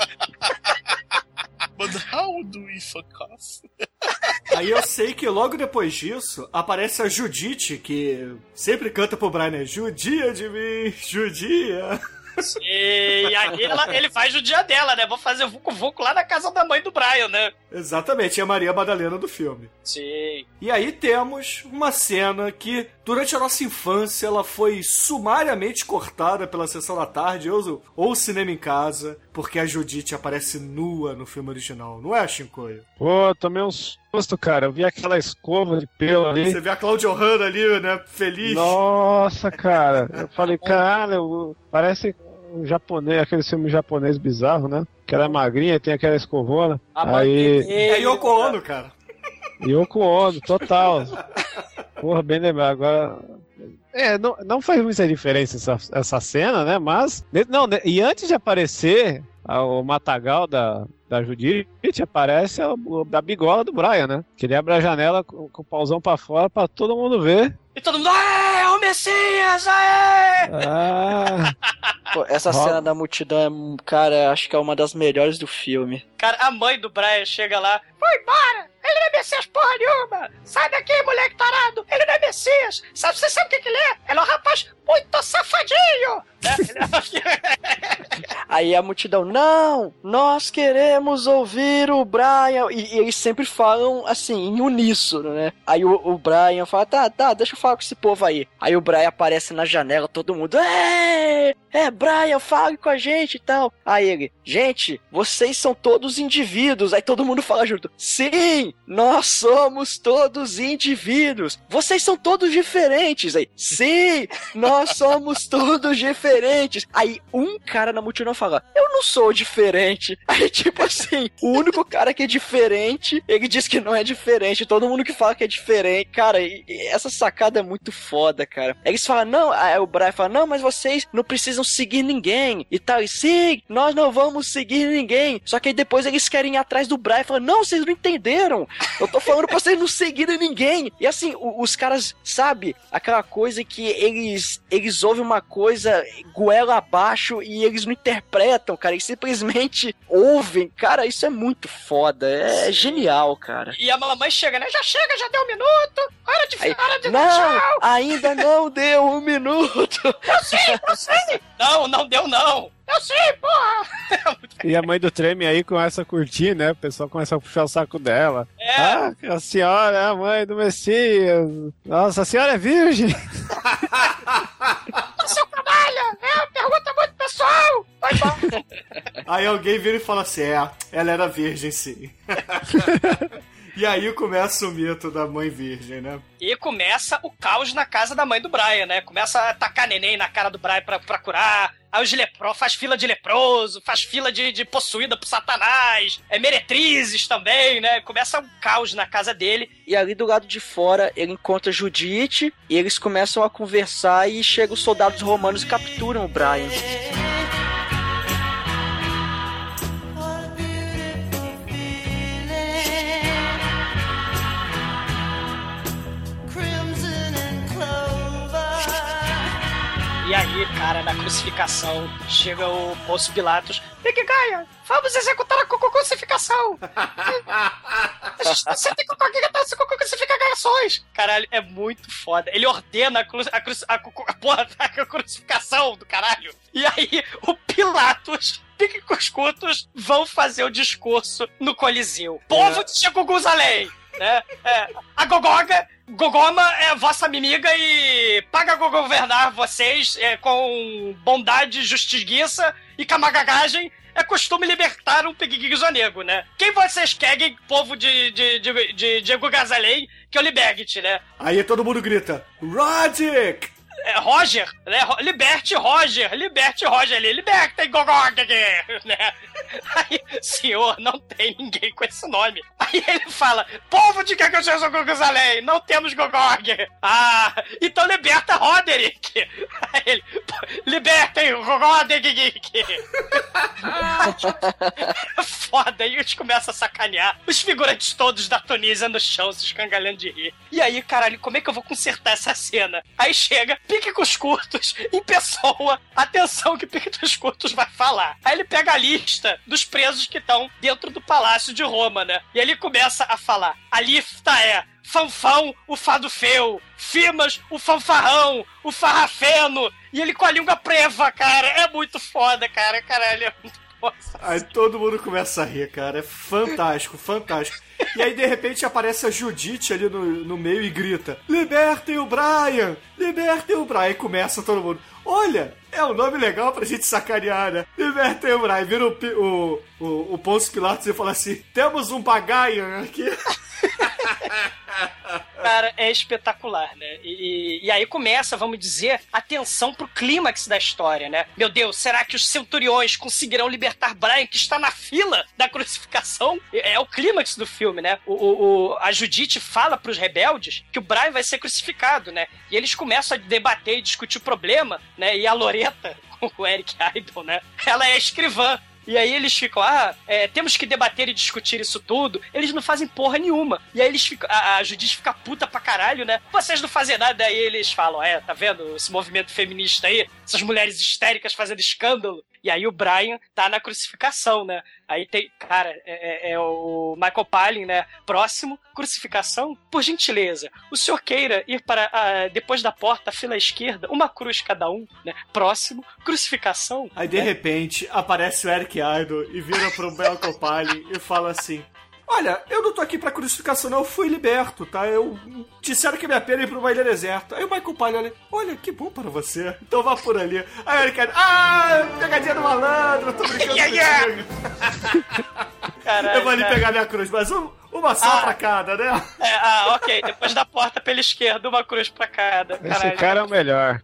But how do we fuck off? Aí eu sei que logo depois disso aparece a Judite, que sempre canta pro Brian, né? Judia de mim, judia. E aí ele vai judiar dela, né? Vou fazer vucu-vucu lá na casa da mãe do Brian, né? Exatamente, é a Maria Madalena do filme. Sim. E aí temos uma cena que, durante a nossa infância, ela foi sumariamente cortada pela sessão da tarde ou cinema em casa, porque a Judite aparece nua no filme original, não é, Shinkoio? Pô, tomei um susto, cara. Eu vi aquela escova de pelo ali. Você vê a Claudia Hanna ali, né? Feliz. Nossa, cara. Eu falei, caralho, parece um japonês, aquele filme japonês bizarro, né? Que ela é magrinha e tem aquela escovona. Aí... É Yoko Ono, cara. Yoko Ono, total. Porra, bem lembrado. Agora Não faz muita diferença essa cena, né? Mas. Não, e antes de aparecer o matagal da Judite, aparece da bigola do Brian, né? Que ele abre a janela com o pauzão pra fora pra todo mundo ver. E todo mundo, é o Messias, aê! Pô, essa cena da multidão, cara, acho que é uma das melhores do filme. Cara, a mãe do Brian chega lá, vai embora! Ele não é Messias porra nenhuma! Sai daqui, moleque tarado! Ele não é Messias! Você sabe o que ele é? Ele é um rapaz muito safadinho! Aí a multidão, não! Nós queremos ouvir o Brian! E eles sempre falam, assim, em uníssono, né? Aí o Brian fala, tá, deixa eu falar com esse povo aí. Aí o Brian aparece na janela, todo mundo, Brian, fale com a gente e tal. Aí ele, gente, vocês são todos indivíduos. Aí todo mundo fala junto, sim, nós somos todos indivíduos. Vocês são todos diferentes. Aí, sim, nós somos todos diferentes. Aí um cara na multidão fala, eu não sou diferente. Aí tipo assim, o único cara que é diferente, ele diz que não é diferente. Todo mundo que fala que é diferente. Cara, essa sacada é muito foda, cara. Eles falam, não, aí o Brian fala, não, mas vocês não precisam seguir ninguém e tal. E sim, nós não vamos seguir ninguém. Só que aí depois eles querem ir atrás do Brian e falam, não, vocês não entenderam. Eu tô falando pra vocês não seguirem ninguém. E assim, os caras, sabe, aquela coisa que eles ouvem uma coisa goela abaixo e eles não interpretam, cara. Eles simplesmente ouvem. Cara, isso é muito foda. É genial, cara. E a mamãe chega, né? Já chega, já deu 1 minuto. Hora de não, dar tchau. Ainda não deu 1 minuto. Eu sei. Não deu não. Eu sei, porra! E a mãe do Treme aí começa a curtir, né? O pessoal começa a puxar o saco dela. A senhora é a mãe do Messias. Nossa, a senhora é virgem. Seu canalha! É uma pergunta muito pessoal! Vai embora! Aí alguém vira e fala assim, ela era virgem, sim. E aí começa o mito da mãe virgem, né? E começa o caos na casa da mãe do Brian, né? Começa a tacar neném na cara do Brian pra curar. Aí os faz fila de leproso, faz fila de possuída por Satanás. Meretrizes também, né? Começa um caos na casa dele. E ali do lado de fora, ele encontra Judite e eles começam a conversar e chegam os soldados romanos e capturam o Brian. E aí, cara, na crucificação, chega o Pôncio Pilatos. Big Gaia, vamos executar a crucificação. Você tem que crucificar gaiações. Caralho, é muito foda. Ele ordena a crucificação do caralho. E aí, o Pilatos e Cuscutos vão fazer o discurso no Coliseu. Povo de Jerusalém, né? A Gogoma é vossa inimiga e paga governar vocês com bondade, justiça e camagagagem. É costume libertar um peguiguizonego, né? Quem vocês querem, povo de Jerusalém, que eu liberte, né? Aí todo mundo grita, Rodic! Roger, né? Liberte Roger ali, libertem Gogog, né? Aí, senhor, não tem ninguém com esse nome. Aí ele fala, povo de Jerusalém, não temos Gogog. Então liberta Roderick. Aí ele, libertem Roderick. Foda, aí eles começam a sacanear. Os figurantes todos da Tunísia no chão, se escangalhando de rir. E aí, caralho, como é que eu vou consertar essa cena? Aí chega Pique com os Curtos, em pessoa. Atenção que Pique dos Curtos vai falar. Aí ele pega a lista dos presos que estão dentro do Palácio de Roma, né? E ele começa a falar. A lista é Fanfão, o fado feu, Fimas, o fanfarrão, o farrafeno. E ele com a língua preva, cara. É muito foda, cara. Caralho, é muito foda. Aí todo mundo começa a rir, cara. É fantástico, fantástico. E aí, de repente, aparece a Judite ali no meio e grita, libertem o Brian! Libertem o Brian! E começa todo mundo, olha, é um nome legal pra gente sacanear, né? Libertem o Brian! Vira o Pôncio Pilatos e fala assim, temos um Bagaian aqui. Cara, Cara, é espetacular, né? E aí começa, vamos dizer, a tensão pro clímax da história, né? Meu Deus, será que os centuriões conseguirão libertar Brian, que está na fila da crucificação? É o clímax do filme, né? A Judite fala pros rebeldes que o Brian vai ser crucificado, né? E eles começam a debater e discutir o problema, né? E a Loretta, o Eric Idle, né? Ela é escrivã. E aí eles ficam, temos que debater e discutir isso tudo. Eles não fazem porra nenhuma. E aí eles ficam, a Judite fica puta pra caralho, né? Vocês não fazem nada. Aí eles falam, tá vendo esse movimento feminista aí? Essas mulheres histéricas fazendo escândalo. E aí o Brian tá na crucificação, né? Aí tem, cara, é o Michael Palin, né? Próximo, crucificação. Por gentileza, o senhor queira ir para, depois da porta, a fila esquerda, uma cruz cada um, né? Próximo, crucificação. Aí, de repente, aparece o Eric Idle e vira pro Michael Palin e fala assim... Olha, eu não tô aqui pra crucificação, não. Eu fui liberto, tá? Disseram que minha pena é ir pro baile deserto. Aí o Michael Palin olha, que bom para você. Então vá por ali. Aí o Eric Idle, pegadinha do malandro, tô brincando contigo. Caralho, eu vou ali pegar minha cruz, mas uma só pra cada, né? Ok. Depois da porta pela esquerda, uma cruz pra cada. Caralho. Esse cara é o melhor.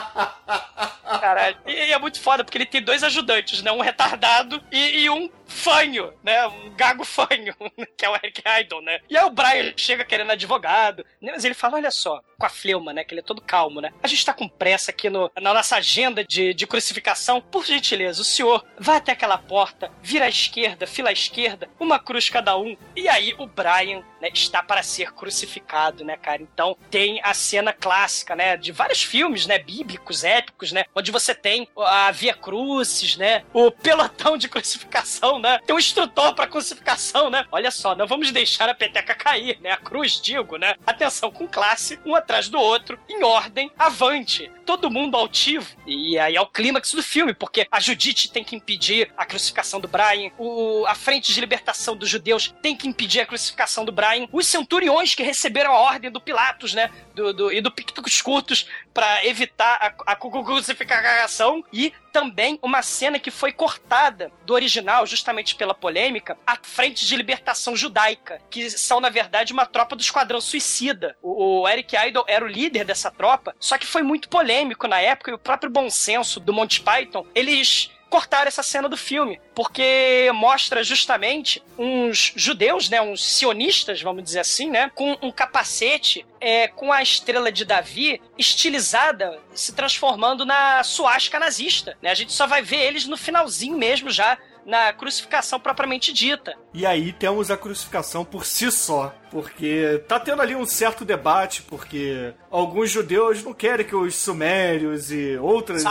Caralho. E é muito foda, porque ele tem 2 ajudantes, né? Um retardado e um fanho, né? Um gago fanho, que é o Eric Idle, né? E aí o Brian chega querendo advogado, né? Mas ele fala, olha só, com a fleuma, né? Que ele é todo calmo, né? A gente tá com pressa aqui na nossa agenda de crucificação. Por gentileza, o senhor vai até aquela porta, vira à esquerda, fila à esquerda, uma cruz cada um. E aí o Brian, né, está para ser crucificado, né, cara? Então tem a cena clássica, né? De vários filmes, né? Bíblicos, épicos, né? Onde você tem a Via Crucis, né? O pelotão de crucificação, né? Tem um instrutor pra crucificação, né? Olha só, não vamos deixar a peteca cair, né? A cruz, digo, né? Atenção, com classe, um atrás do outro, em ordem, avante. Todo mundo altivo. E aí é o clímax do filme, porque a Judite tem que impedir a crucificação do Brian, a Frente de Libertação dos Judeus tem que impedir a crucificação do Brian, os centuriões que receberam a ordem do Pilatos, né? E do Pictus Curtus pra evitar a crucificação, e também uma cena que foi cortada do original, justamente pela polêmica, a Frente de Libertação Judaica, que são, na verdade, uma tropa do Esquadrão Suicida. O Eric Idle era o líder dessa tropa, só que foi muito polêmico na época, e o próprio bom senso do Monty Python, eles cortaram essa cena do filme, porque mostra justamente uns judeus, né, uns sionistas, vamos dizer assim, né, com um capacete com a estrela de Davi estilizada, se transformando na suástica nazista, né? A gente só vai ver eles no finalzinho mesmo, já na crucificação propriamente dita. E aí temos a crucificação por si só, porque tá tendo ali um certo debate, porque alguns judeus não querem que os sumérios e outros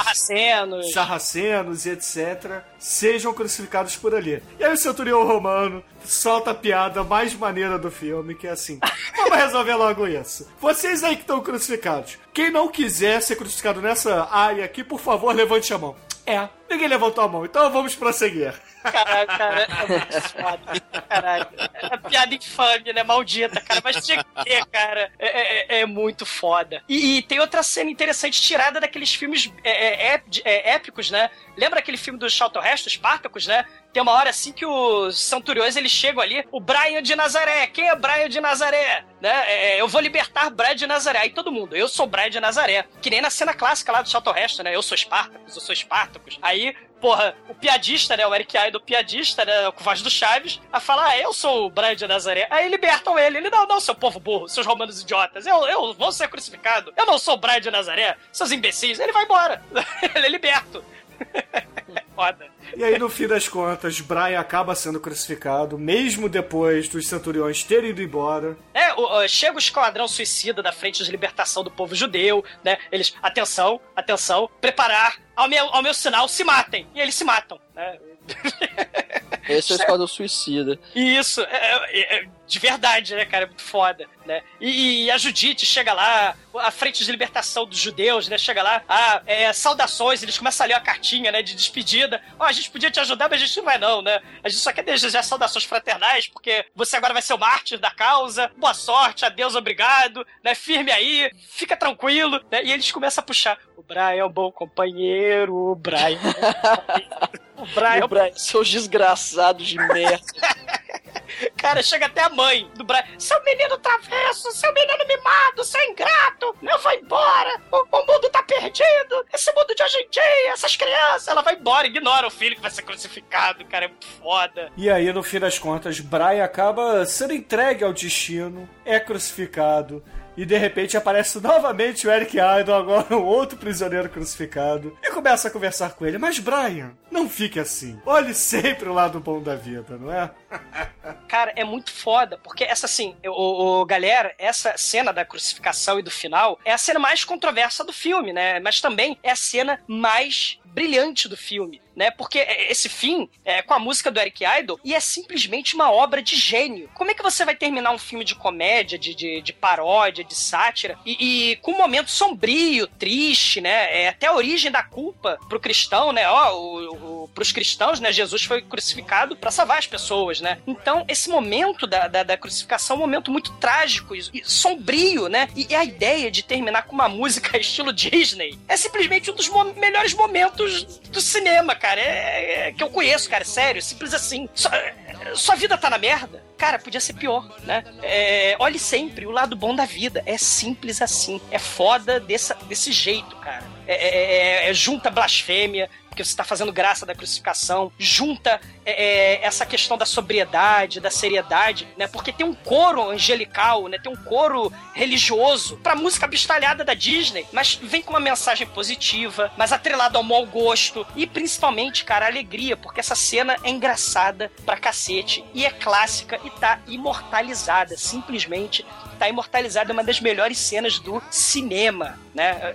sarracenos e etc. sejam crucificados por ali. E aí o centurião romano solta a piada mais maneira do filme, que é assim: vamos resolver logo isso. Vocês aí que estão crucificados, quem não quiser ser crucificado nessa área aqui, por favor, levante a mão. Ninguém levantou a mão, então vamos prosseguir. Caralho, cara, é muito foda. Caralho, é piada infame, né? Maldita, cara. Mas tinha que ter, cara. É muito foda. E tem outra cena interessante tirada daqueles filmes épicos, né? Lembra aquele filme do Charlton Heston, Spartacus, né? Tem uma hora assim que os centuriões, eles chegam ali, o Brian de Nazaré. Quem é Brian de Nazaré? Né? Eu vou libertar Brian de Nazaré. Aí todo mundo, eu sou Brian de Nazaré. Que nem na cena clássica lá do Charlton Heston, né? Eu sou Spartacus. Aí, porra, o piadista, né? O Eric Idle, piadista, né? Com voz do Chaves, a falar, eu sou o Brian de Nazaré. Aí libertam ele. Ele, não, seu povo burro, seus romanos idiotas. Eu vou ser crucificado. Eu não sou o Brian de Nazaré, seus imbecis. Ele vai embora. Ele é liberto. Foda. E aí, no fim das contas, Brian acaba sendo crucificado, mesmo depois dos centuriões terem ido embora. Chega o Esquadrão Suicida da Frente de Libertação do Povo Judeu, né? Eles, atenção, preparar, ao meu sinal, se matem. E eles se matam, né? Esse é o Esquadrão Suicida. Isso, de verdade, né, cara? É muito foda, né? E a Judite chega lá, a Frente de Libertação dos Judeus, né? Chega lá, saudações, eles começam a ler a cartinha, né? De despedida. A gente podia te ajudar, mas a gente não vai não, né? A gente só quer desejar saudações fraternais, porque você agora vai ser o mártir da causa. Boa sorte, adeus, obrigado, né? Firme aí, fica tranquilo, né? E eles começam a puxar. O Brian é um bom companheiro, o Brian... O Brian, seus desgraçados de merda. Cara, chega até a mãe do Brian. Seu menino travesso, seu menino me ingrato, seu ingrato! Eu vou embora! O mundo tá perdido! Esse mundo de hoje em dia, essas crianças! Ela vai embora, ignora o filho que vai ser crucificado, cara, é muito foda. E aí, no fim das contas, Brian acaba sendo entregue ao destino, é crucificado, e de repente aparece novamente o Eric Idle, agora um outro prisioneiro crucificado, e começa a conversar com ele. Mas Brian, não fique assim. Olhe sempre o lado bom da vida, não é? Cara, é muito foda, porque essa, assim, galera, essa cena da crucificação e do final é a cena mais controversa do filme, né? Mas também é a cena mais brilhante do filme, né? Porque esse fim é com a música do Eric Idle e é simplesmente uma obra de gênio. Como é que você vai terminar um filme de comédia, de paródia, de sátira e com um momento sombrio, triste, né? Até a origem da culpa pro cristão, né? Pros cristãos, né? Jesus foi crucificado pra salvar as pessoas, né? Então, esse momento da crucificação é um momento muito trágico e sombrio, né? E a ideia de terminar com uma música estilo Disney é simplesmente um dos melhores momentos do cinema, cara. Que eu conheço, cara. Sério, simples assim. Sua vida tá na merda? Cara, podia ser pior, né? Olhe sempre o lado bom da vida. É simples assim. É foda desse jeito, cara. Junta blasfêmia, porque você tá fazendo graça da crucificação, junta essa questão da sobriedade, da seriedade, né? Porque tem um coro angelical, né? Tem um coro religioso pra música abestalhada da Disney, mas vem com uma mensagem positiva, mas atrelado ao mau gosto e principalmente, cara, a alegria, porque essa cena é engraçada pra cacete e é clássica e tá imortalizada, simplesmente tá imortalizada, é uma das melhores cenas do cinema, né?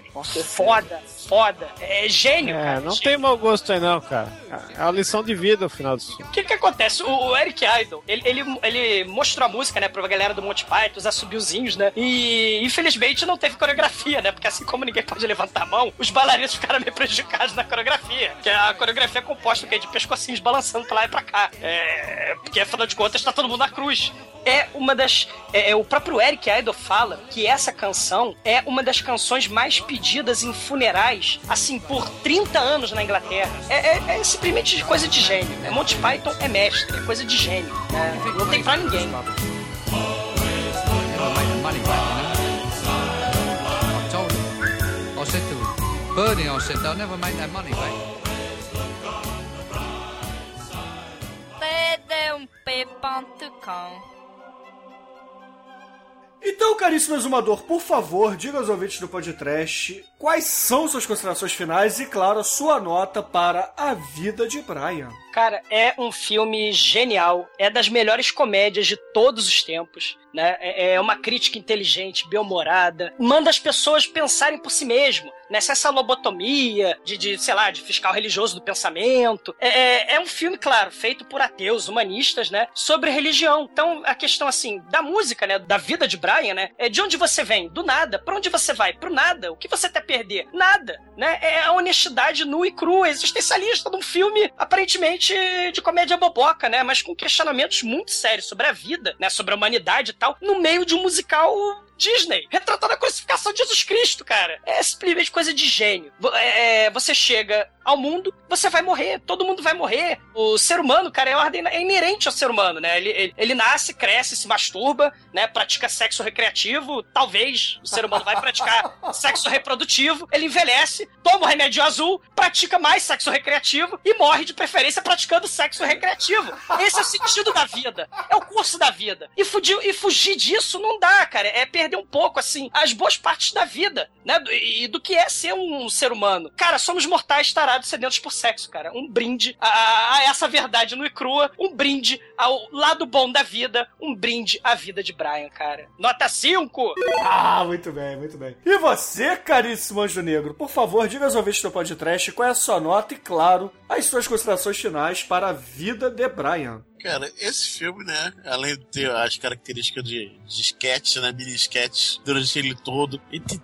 Foda. É gênio, cara. Não gênio. tem mau gosto aí não, cara. É uma lição de vida, no final do filme. O que acontece? O Eric Idle, ele mostrou a música, né, pra galera do Monty Python, os assobiozinhos, né? E, infelizmente, não teve coreografia, né? Porque assim como ninguém pode levantar a mão, os bailarinos ficaram meio prejudicados na coreografia. Que a coreografia é composta de pescocinhos balançando pra lá e pra cá. Porque, afinal de contas, tá todo mundo na cruz. É uma das... o próprio Eric Idle fala que essa canção é uma das canções mais pedidas em funerais, assim, por 30 anos na Inglaterra. É simplesmente coisa de gênio, né? Monty Python é mestre, é coisa de gênio, né? Não tem pra ninguém. Então, caríssimo exumador, por favor, diga aos ouvintes do podcast quais são suas considerações finais e, claro, a sua nota para A Vida de Brian. Cara, é um filme genial, é das melhores comédias de todos os tempos, né? É uma crítica inteligente, bem-humorada, manda as pessoas pensarem por si mesmo, né? Essa lobotomia de fiscal religioso do pensamento. É um filme, claro, feito por ateus, humanistas, né? Sobre religião. Então, a questão, assim, da música, né? Da vida de Brian, né? De onde você vem? Do nada. Pra onde você vai? Pro nada. O que você tem a perder? Nada, né? É a honestidade nua e crua, existencialista de um filme, aparentemente, de comédia boboca, né? Mas com questionamentos muito sérios sobre a vida, né? Sobre a humanidade e tal, no meio de um musical Disney, retratando a crucificação de Jesus Cristo, cara. É simplesmente coisa de gênio. Você chega ao mundo, você vai morrer, todo mundo vai morrer. O ser humano, cara, é inerente ao ser humano, né? Ele nasce, cresce, se masturba, né? Pratica sexo recreativo, talvez o ser humano vai praticar sexo reprodutivo, ele envelhece, toma o remédio azul, pratica mais sexo recreativo e morre de preferência praticando sexo recreativo. Esse é o sentido da vida, é o curso da vida. E fugir disso não dá, cara. É perder um pouco, assim, as boas partes da vida, né? E do que é ser um ser humano. Cara, somos mortais tarados sedentos por sexo, cara. Um brinde a essa verdade nua e crua, um brinde ao lado bom da vida, um brinde à vida de Brian, cara. Nota 5! Ah, muito bem, muito bem. E você, caríssimo Anjo Negro, por favor, diga aos ouvintes do podcast qual é a sua nota e, claro, as suas considerações finais para A Vida de Brian. Cara, esse filme, né, além de ter as características de sketch, né, mini sketch durante ele todo, ele tem tanta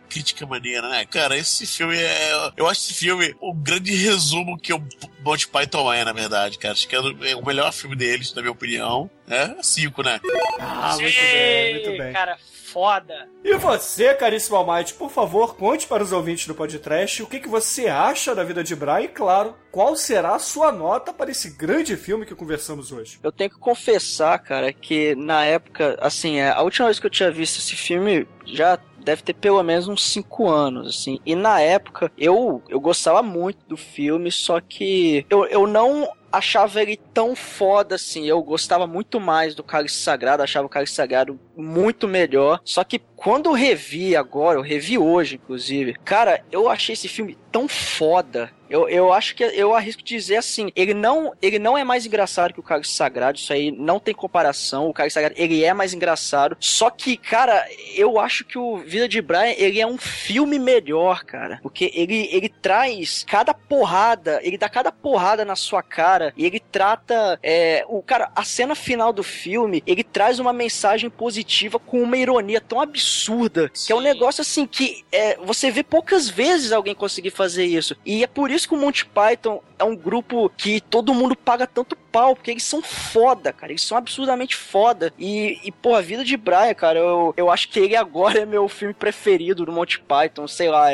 crítica maneira, né? Cara, esse filme eu acho esse filme o grande resumo que o Monty Python na verdade, cara. Acho que é o melhor filme deles, na minha opinião. É 5, né? Ah, muito bem, muito bem. Cara, foda. E você, caríssimo Almighty, por favor, conte para os ouvintes do podcast o que você acha da vida de Brian e, claro, qual será a sua nota para esse grande filme que conversamos hoje. Eu tenho que confessar, cara, que na época, assim, a última vez que eu tinha visto esse filme já deve ter pelo menos uns 5 anos, assim. E na época, eu gostava muito do filme, só que eu não achava ele tão foda assim. Eu gostava muito mais do Cálice Sagrado, achava o Cálice Sagrado muito melhor. Só que quando eu revi agora, eu revi hoje, inclusive, cara, eu achei esse filme tão foda. Eu acho que eu arrisco dizer assim, ele não é mais engraçado que o Cálice Sagrado, isso aí não tem comparação. O Cálice Sagrado, ele é mais engraçado, só que, cara, eu acho que o Vida de Brian, ele é um filme melhor, cara, porque ele traz cada porrada, ele dá cada porrada na sua cara, e ele trata, a cena final do filme, ele traz uma mensagem positiva com uma ironia tão absurda, que é um negócio assim, que você vê poucas vezes alguém conseguir fazer isso, e é por isso que o Monty Python é um grupo que todo mundo paga tanto pau, porque eles são foda, cara, eles são absurdamente foda, e pô, a Vida de Brian, cara, eu acho que ele agora é meu filme preferido do Monty Python, sei lá,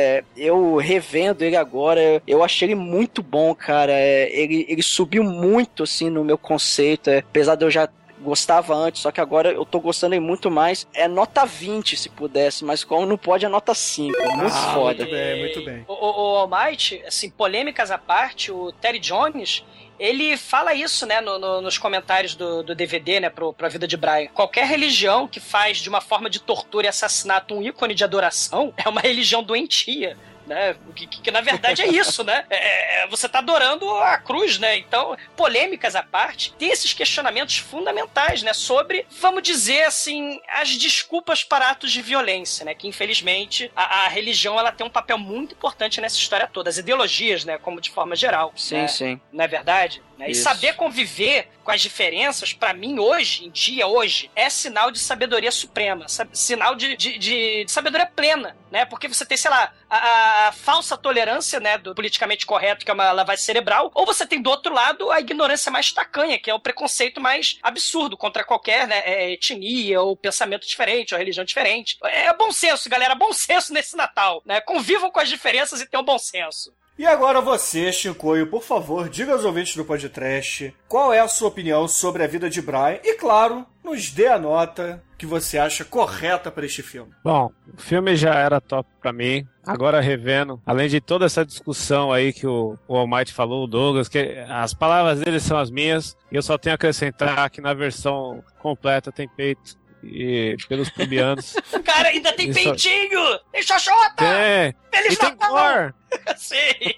eu revendo ele agora, eu achei ele muito bom, cara, ele subiu muito, assim, no meu conceito, apesar de eu já gostava antes, só que agora eu tô gostando aí muito mais. É nota 20 se pudesse, mas como não pode é nota 5. Muito foda. Muito bem, muito bem. O Almighty, assim, polêmicas à parte, o Terry Jones, ele fala isso, né, nos comentários do DVD, né, pra Vida de Brian. Qualquer religião que faz de uma forma de tortura e assassinato um ícone de adoração é uma religião doentia. Né? Que na verdade é isso, né? Você tá adorando a cruz, né? Então, polêmicas à parte, tem esses questionamentos fundamentais, né? Sobre, vamos dizer assim, as desculpas para atos de violência, né? Que infelizmente a religião ela tem um papel muito importante nessa história toda. As ideologias, né? Como de forma geral. Sim, né? sim. Não é verdade? Né? E saber conviver com as diferenças, pra mim, hoje em dia, é sinal de sabedoria suprema, sinal de sabedoria plena, né? Porque você tem, sei lá, a falsa tolerância, né, do politicamente correto, que é uma lavagem cerebral, ou você tem do outro lado a ignorância mais tacanha, que é o preconceito mais absurdo contra qualquer, né, etnia, ou pensamento diferente, ou religião diferente. É bom senso, galera, bom senso nesse Natal, né? Convivam com as diferenças e tenham bom senso. E agora você, Chicoio, por favor, diga aos ouvintes do podcast qual é a sua opinião sobre a vida de Brian e, claro, nos dê a nota que você acha correta para este filme. Bom, o filme já era top pra mim. Agora revendo, além de toda essa discussão aí que o Almighty falou, o Douglas, que as palavras dele são as minhas, e eu só tenho a acrescentar que na versão completa tem peito. E pelos pubianos. Cara, ainda tem peitinho! Tem xoxota! Tem! Feliz e tem Natal! Sim!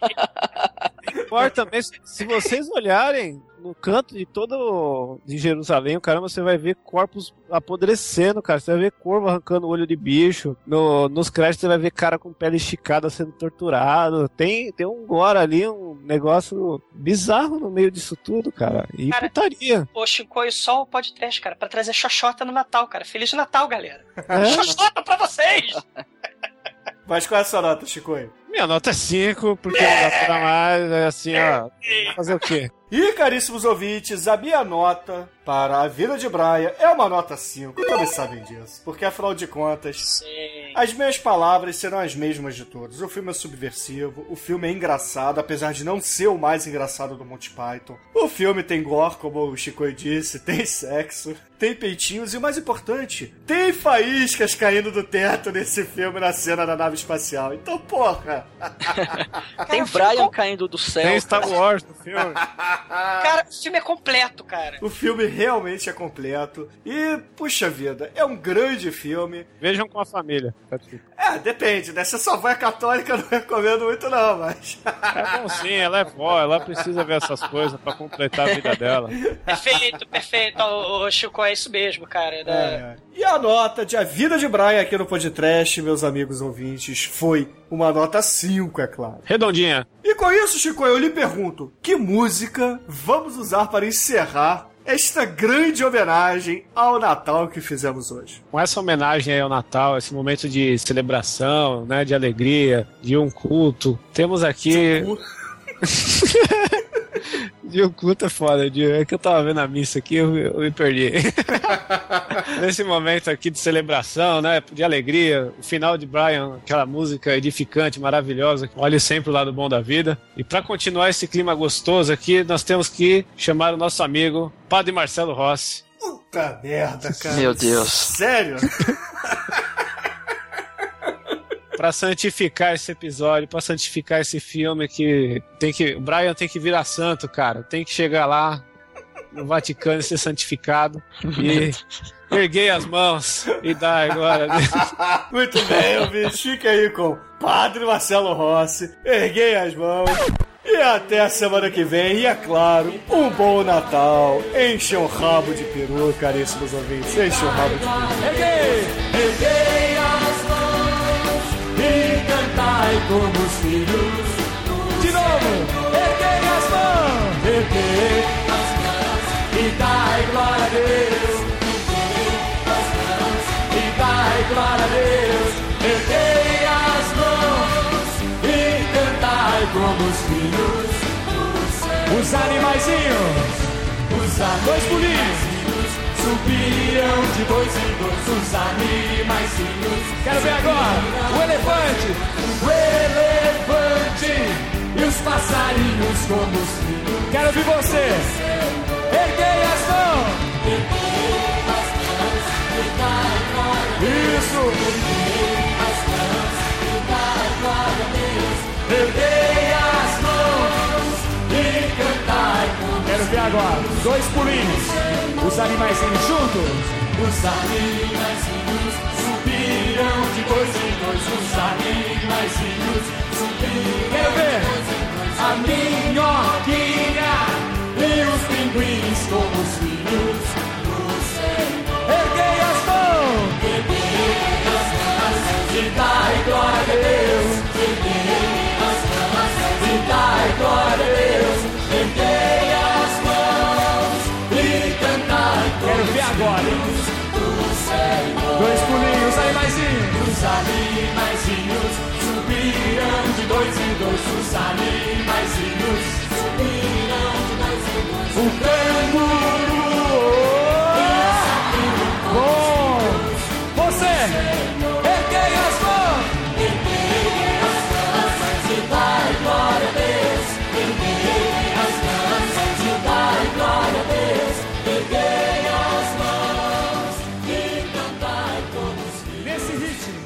Tem cor também. Se vocês olharem no canto de Jerusalém, caramba, você vai ver corpos apodrecendo, cara. Você vai ver corvo arrancando o olho de bicho. Nos créditos você vai ver cara com pele esticada sendo torturado. Tem um gore ali, um negócio bizarro no meio disso tudo, cara. E cara, putaria. Ô, Chicoio, só o podcast, cara, pra trazer xoxota no Natal, cara. Feliz Natal, galera. Xoxota pra vocês! Mas qual é a sua nota, Chicoio? Minha nota é 5, porque não dá pra mais, assim, ó. Fazer o quê? E, caríssimos ouvintes, a minha nota para a Vida de Brian é uma nota 5. Todos sabem disso. Porque, afinal de contas, as minhas palavras serão as mesmas de todos. O filme é subversivo, o filme é engraçado, apesar de não ser o mais engraçado do Monty Python. O filme tem gore, como o Chicoio disse, tem sexo, tem peitinhos e, o mais importante, tem faíscas caindo do teto nesse filme na cena da nave espacial. Então, porra! Tem Brian caindo do céu. Tem Star Wars no filme. Cara, o filme é completo, cara. O filme realmente é completo. E, puxa vida, é um grande filme. Vejam com a família. Depende, né? Se a sua avó é católica, eu não recomendo muito não, mas... É bom sim, ela é vó, ela precisa ver essas coisas pra completar a vida dela. Perfeito. O Chico, é isso mesmo, cara. Né? E a nota de A Vida de Brian aqui no podcast, meus amigos ouvintes, foi uma nota 5, é claro. Redondinha. E com isso, Chico, eu lhe pergunto, que música vamos usar para encerrar esta grande homenagem ao Natal que fizemos hoje. Com essa homenagem aí ao Natal, esse momento de celebração, né, de alegria, de um culto, temos aqui... De um culto é foda, é que eu tava vendo a missa aqui, eu me perdi. Nesse momento aqui de celebração, né, de alegria, o final de Brian, aquela música edificante, maravilhosa, olhe sempre o lado bom da vida. E pra continuar esse clima gostoso aqui, nós temos que chamar o nosso amigo, Padre Marcelo Rossi. Puta merda, cara. Meu Deus. Sério? Pra santificar esse episódio, pra santificar esse filme o Brian tem que virar santo, cara. Tem que chegar lá no Vaticano e ser santificado. E erguei as mãos e dar agora. Muito bem, ouvinte. Fica aí com Padre Marcelo Rossi. Erguei as mãos. E até a semana que vem. E é claro, um bom Natal. Enche um rabo de peru, caríssimos ouvintes. Enche um rabo de peru. Erguei as mãos e cantai como os filhos. De novo, erguei as mãos, erguei as mãos e dai glória a Deus. Erguei as mãos e dai glória a Deus. Erguei as mãos e cantai como os filhos. Os animaizinhos, dois pulinhos. Subiam de dois em dois os animaizinhos. Quero ver agora o elefante e os passarinhos como os filhos. Quero ver você. Erguei as mãos. Erguei as mãos e dai glória a Deus. Isso. Erguei as mãos e dai glória a Deus. Erguei as mãos e cantai como. Quero ver agora dois pulinhos. Os animaizinhos juntos. Os animaizinhos subiram de dois em dois. Os animaizinhos subiram. Quero ver a minhoquinha e os pinguins como os filhos do Senhor. Erguei as mãos. Erguei as mãos e dai glória a Deus. Erguei as mãos e dai glória a Deus. Erguei as mãos e cantai. Quero ver agora, hein? Dois pulinhos, animaizinhos. Os animaizinhos subiram de dois em dois. Os animaizinhos subiram de dois em dois. O canguru. Bom. Você. Erguei as mãos. Erguei as mãos e dai glória a Deus. Erguei as mãos e dai glória a Deus. Erguei as mãos e cantai como os filhos. Nesse ritmo.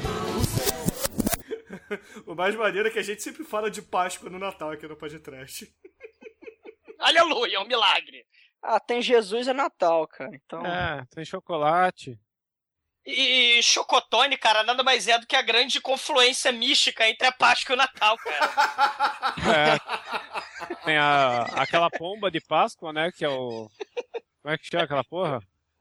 O mais maneiro é que a gente sempre fala de Páscoa no Natal aqui no Podcast. Aleluia, é um milagre. Ah, tem Jesus é Natal, cara. Então... tem chocolate. E chocotone, cara, nada mais é do que a grande confluência mística entre a Páscoa e o Natal, cara. Tem aquela pomba de Páscoa, né, que é o... Como é que chama aquela porra?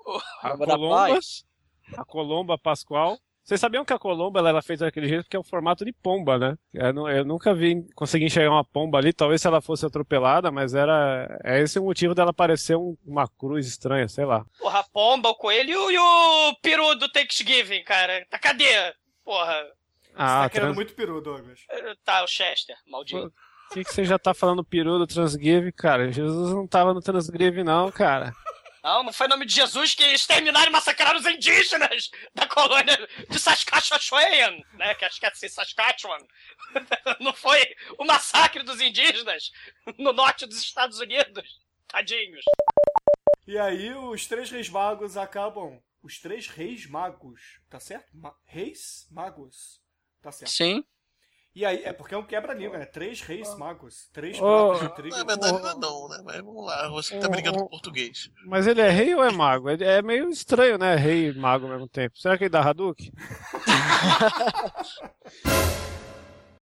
A colomba pascual. Vocês sabiam que a colomba ela fez daquele jeito porque é o formato de pomba, né? Eu nunca consegui enxergar uma pomba ali, talvez se ela fosse atropelada, mas é esse o motivo dela parecer uma cruz estranha, sei lá. Porra, a pomba, o coelho e o peru do Thanksgiving, cara. Tá, cadê? Porra. Você tá querendo muito peru, Douglas. Tá, o Chester, maldito. Por que você já tá falando peru do Thanksgiving, cara? Jesus não tava no Thanksgiving não, cara. Não foi em nome de Jesus que exterminaram e massacraram os indígenas da colônia de Saskatchewan, né? Que acho que é assim, Saskatchewan. Não foi o massacre dos indígenas no norte dos Estados Unidos. Tadinhos. E aí os três reis magos acabam... Os três reis magos, tá certo? Reis magos, tá certo. Sim. E aí, porque é um quebra-língua, né? Três reis magos. Três magos de trigo. Na verdade não, né? Mas vamos lá, você tá brigando com português. Mas ele é rei ou é mago? Ele é meio estranho, né? Rei e mago ao mesmo tempo. Será que ele dá Hadouken?